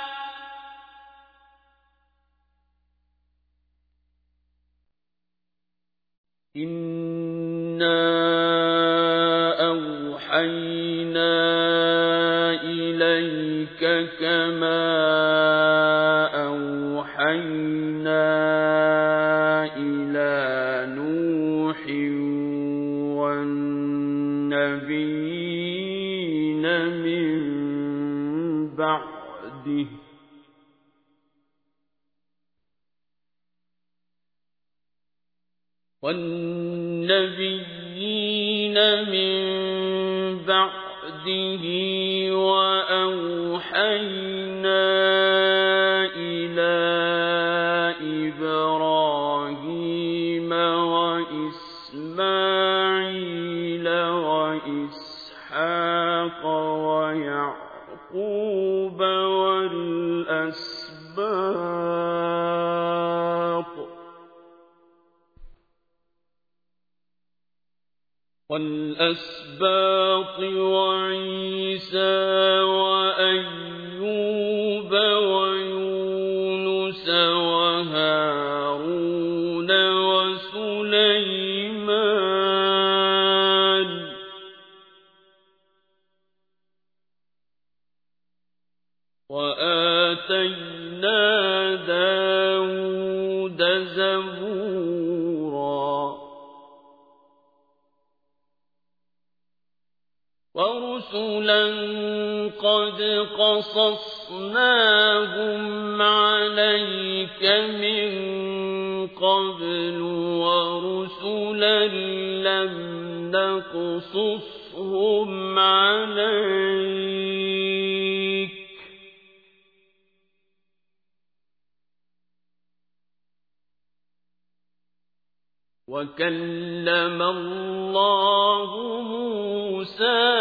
إِنَّا أَوْحَيْنَا إِلَيْكَ كَمَا أَوْحَيْنَا إِلَىٰ نُوحٍ وَالنَّبِيِّينَ مِن بَعْدِهِ وَالنَّبِيِّينَ مِن بَعْدِهِ وَأَوْحَيْنَا إِلَىٰ إِبْرَاهِيمَ وَإِسْمَاعِيلَ وَإِسْحَاقَ وَيَعْقُوبَ وَالْأَسْبَاطِ وَالْأَسْبَاطِ وَعِيسَىٰ وَأَيُّوبَ وَيُونُسَ وَهَارُونَ وَسُلَيْمَانَ وَآتَيْنَا دَاوُودَ زَبُورًا. وَرُسُلًا قَدْ قَصَصْنَاهُمْ عَلَيْكَ مِن قَبْلُ وَرُسُلًا لَّمْ نَقْصُصْهُمْ عَلَيْكَ ۚ وَكَلَّمَ اللَّهُ مُوسَىٰ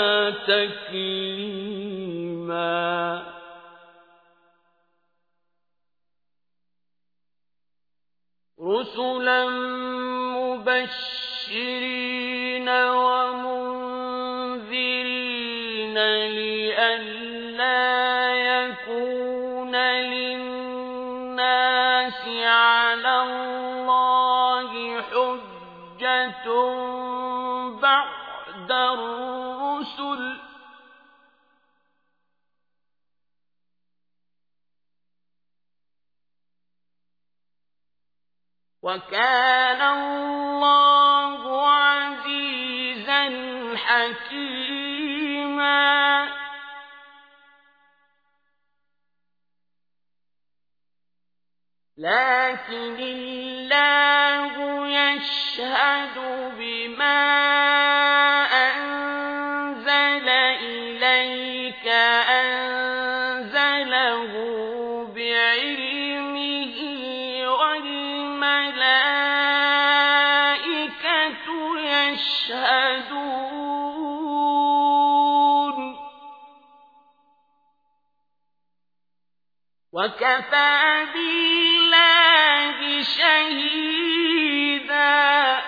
تَكْلِيمًا. رُسُلًا مُّبَشِّرِينَ وَمُنذِرِينَ لِئَلَّا يَكُونَ لِلنَّاسِ عَلَى اللَّهِ حُجَّةٌ بَعْدَ الرُّسُلِ ۚ وَكَانَ اللَّهُ عَزِيزًا حَكِيمًا. لَكِنِ اللَّهُ يَشْهَدُ بِمَا أَنزَلَ إِلَيْكَ أَنزَلَهُ بِعِلْمِهِ وَالْمَلَائِكَةُ يَشْهَدُونَ ۚ وَكَفَىٰ بِاللَّهِ شَهِيدًا.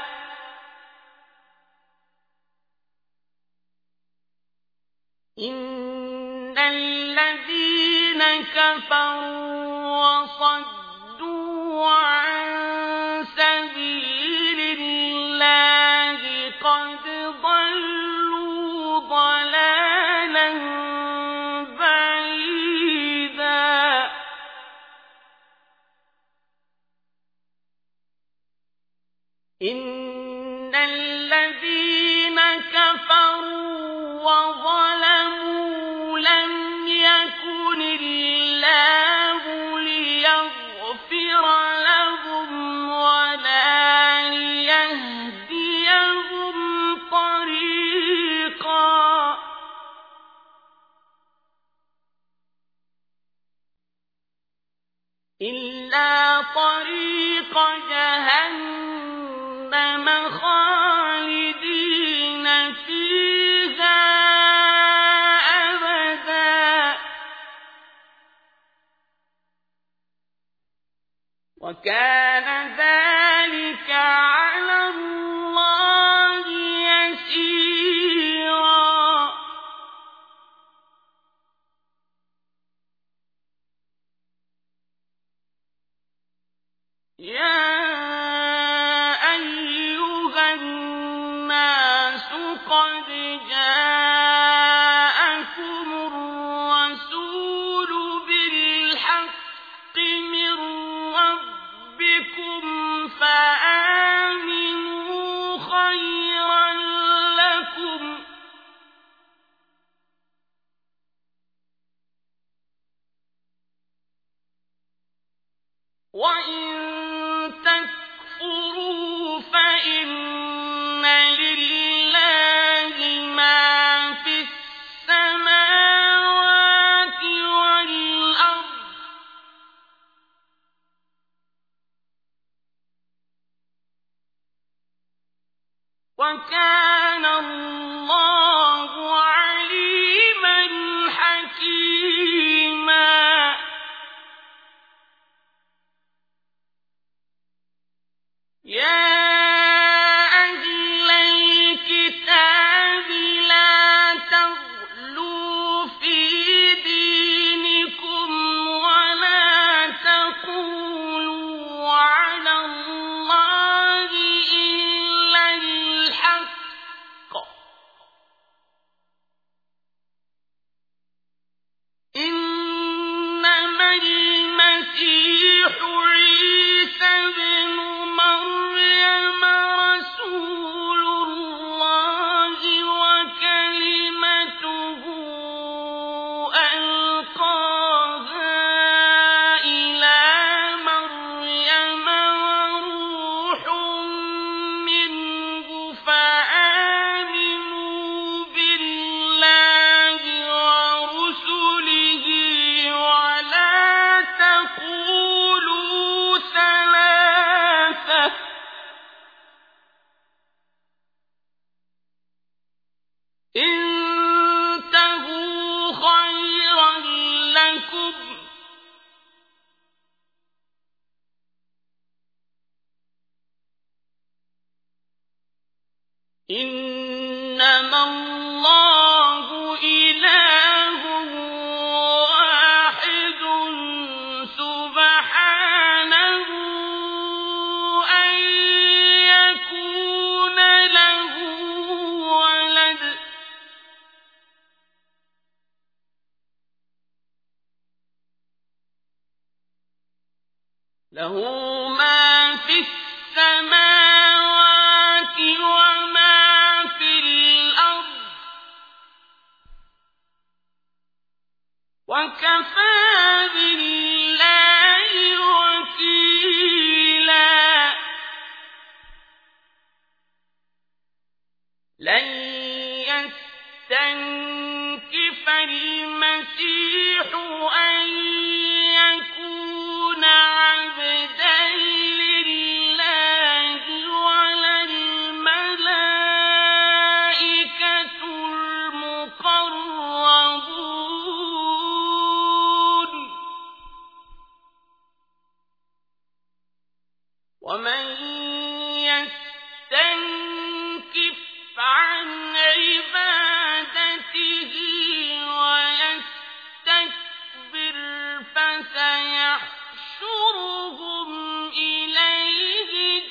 إِنَّ الَّذِينَ كَفَرُوا وَصَدُّوا عَن سَبِيلِ اللَّهِ قَدْ ضَلُّوا ضَلَالًا بَعِيدًا. إِنَّ الَّذِينَ كَفَرُوا وَظَلَمُوا لَمْ يَكُنِ اللَّهُ لِيَغْفِرَ لَهُمْ طريق جهنم خالدين فيها أبدا وكان ذلك على الله يسيرا يا أيها الناس قد جاءكم الرسول بالحق من ربكم فآمنوا خيرا لكم وإن تكفروا فإن لله ما في السماوات والأرض وكان الله عليما حكيما يا أهل الكتاب لا تغلوا في دينكم ولا تقولوا على الله إلا الحق إنما المسيح عيسى بن مريم رسول الله وكلمته ألقاها إلى مريم وروح منه فآمنوا بالله ورسله ولا تقولوا ثلاثة انتهوا خيرا لكم إنما الله إله واحد سبحانه أن يكون له ولد له ما في السماوات وما في الأرض وكفى بالله وكيلا لن يستنكف المسيح أن يكون عبدا لله ولا الملائكة المقربون ومن يستنكف عن عبادته ويستكبر فسيحشرهم إليه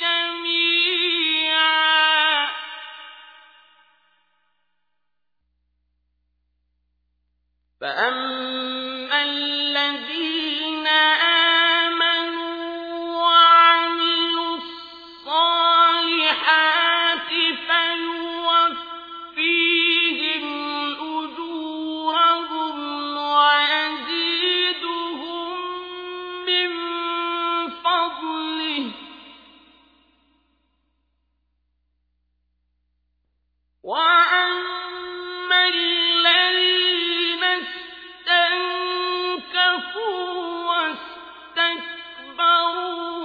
جميعا فأما الذين آمنوا وعملوا الصالحات فيوفيهم أجورهم ويزيدهم من فضله وأما الذين استنكفوا واستكبروا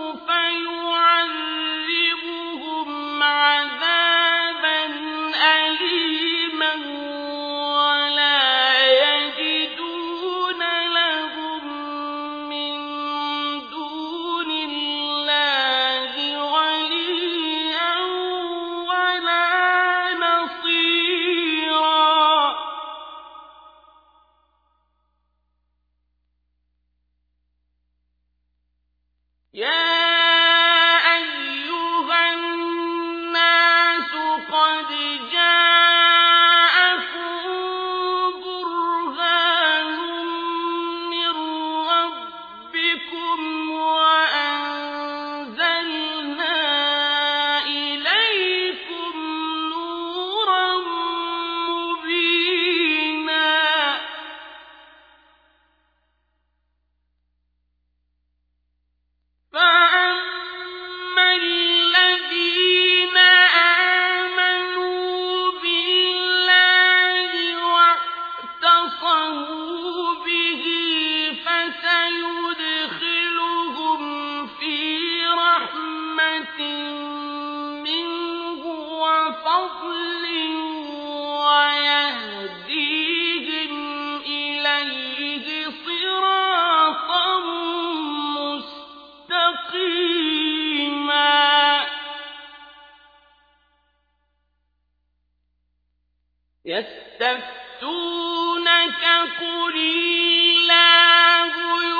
يستفتونك قل الله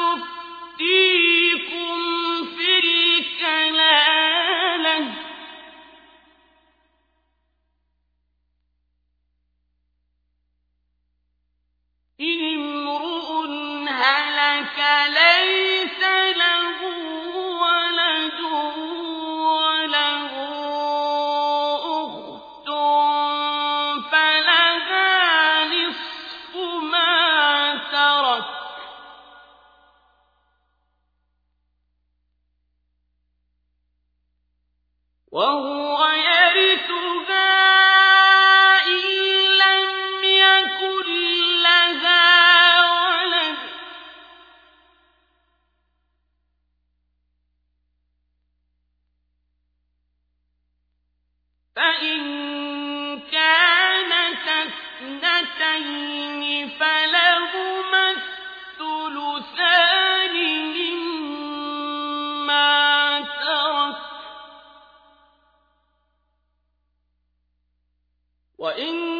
يفتيكم في الكلالة إن امرؤ هلك ليس له ولد وله أخت فلها نصف ما ترك وهو يرثها إن لم يكن لها ولد فإن كانت اثنتين فلهما الثلثان مما ترك وإن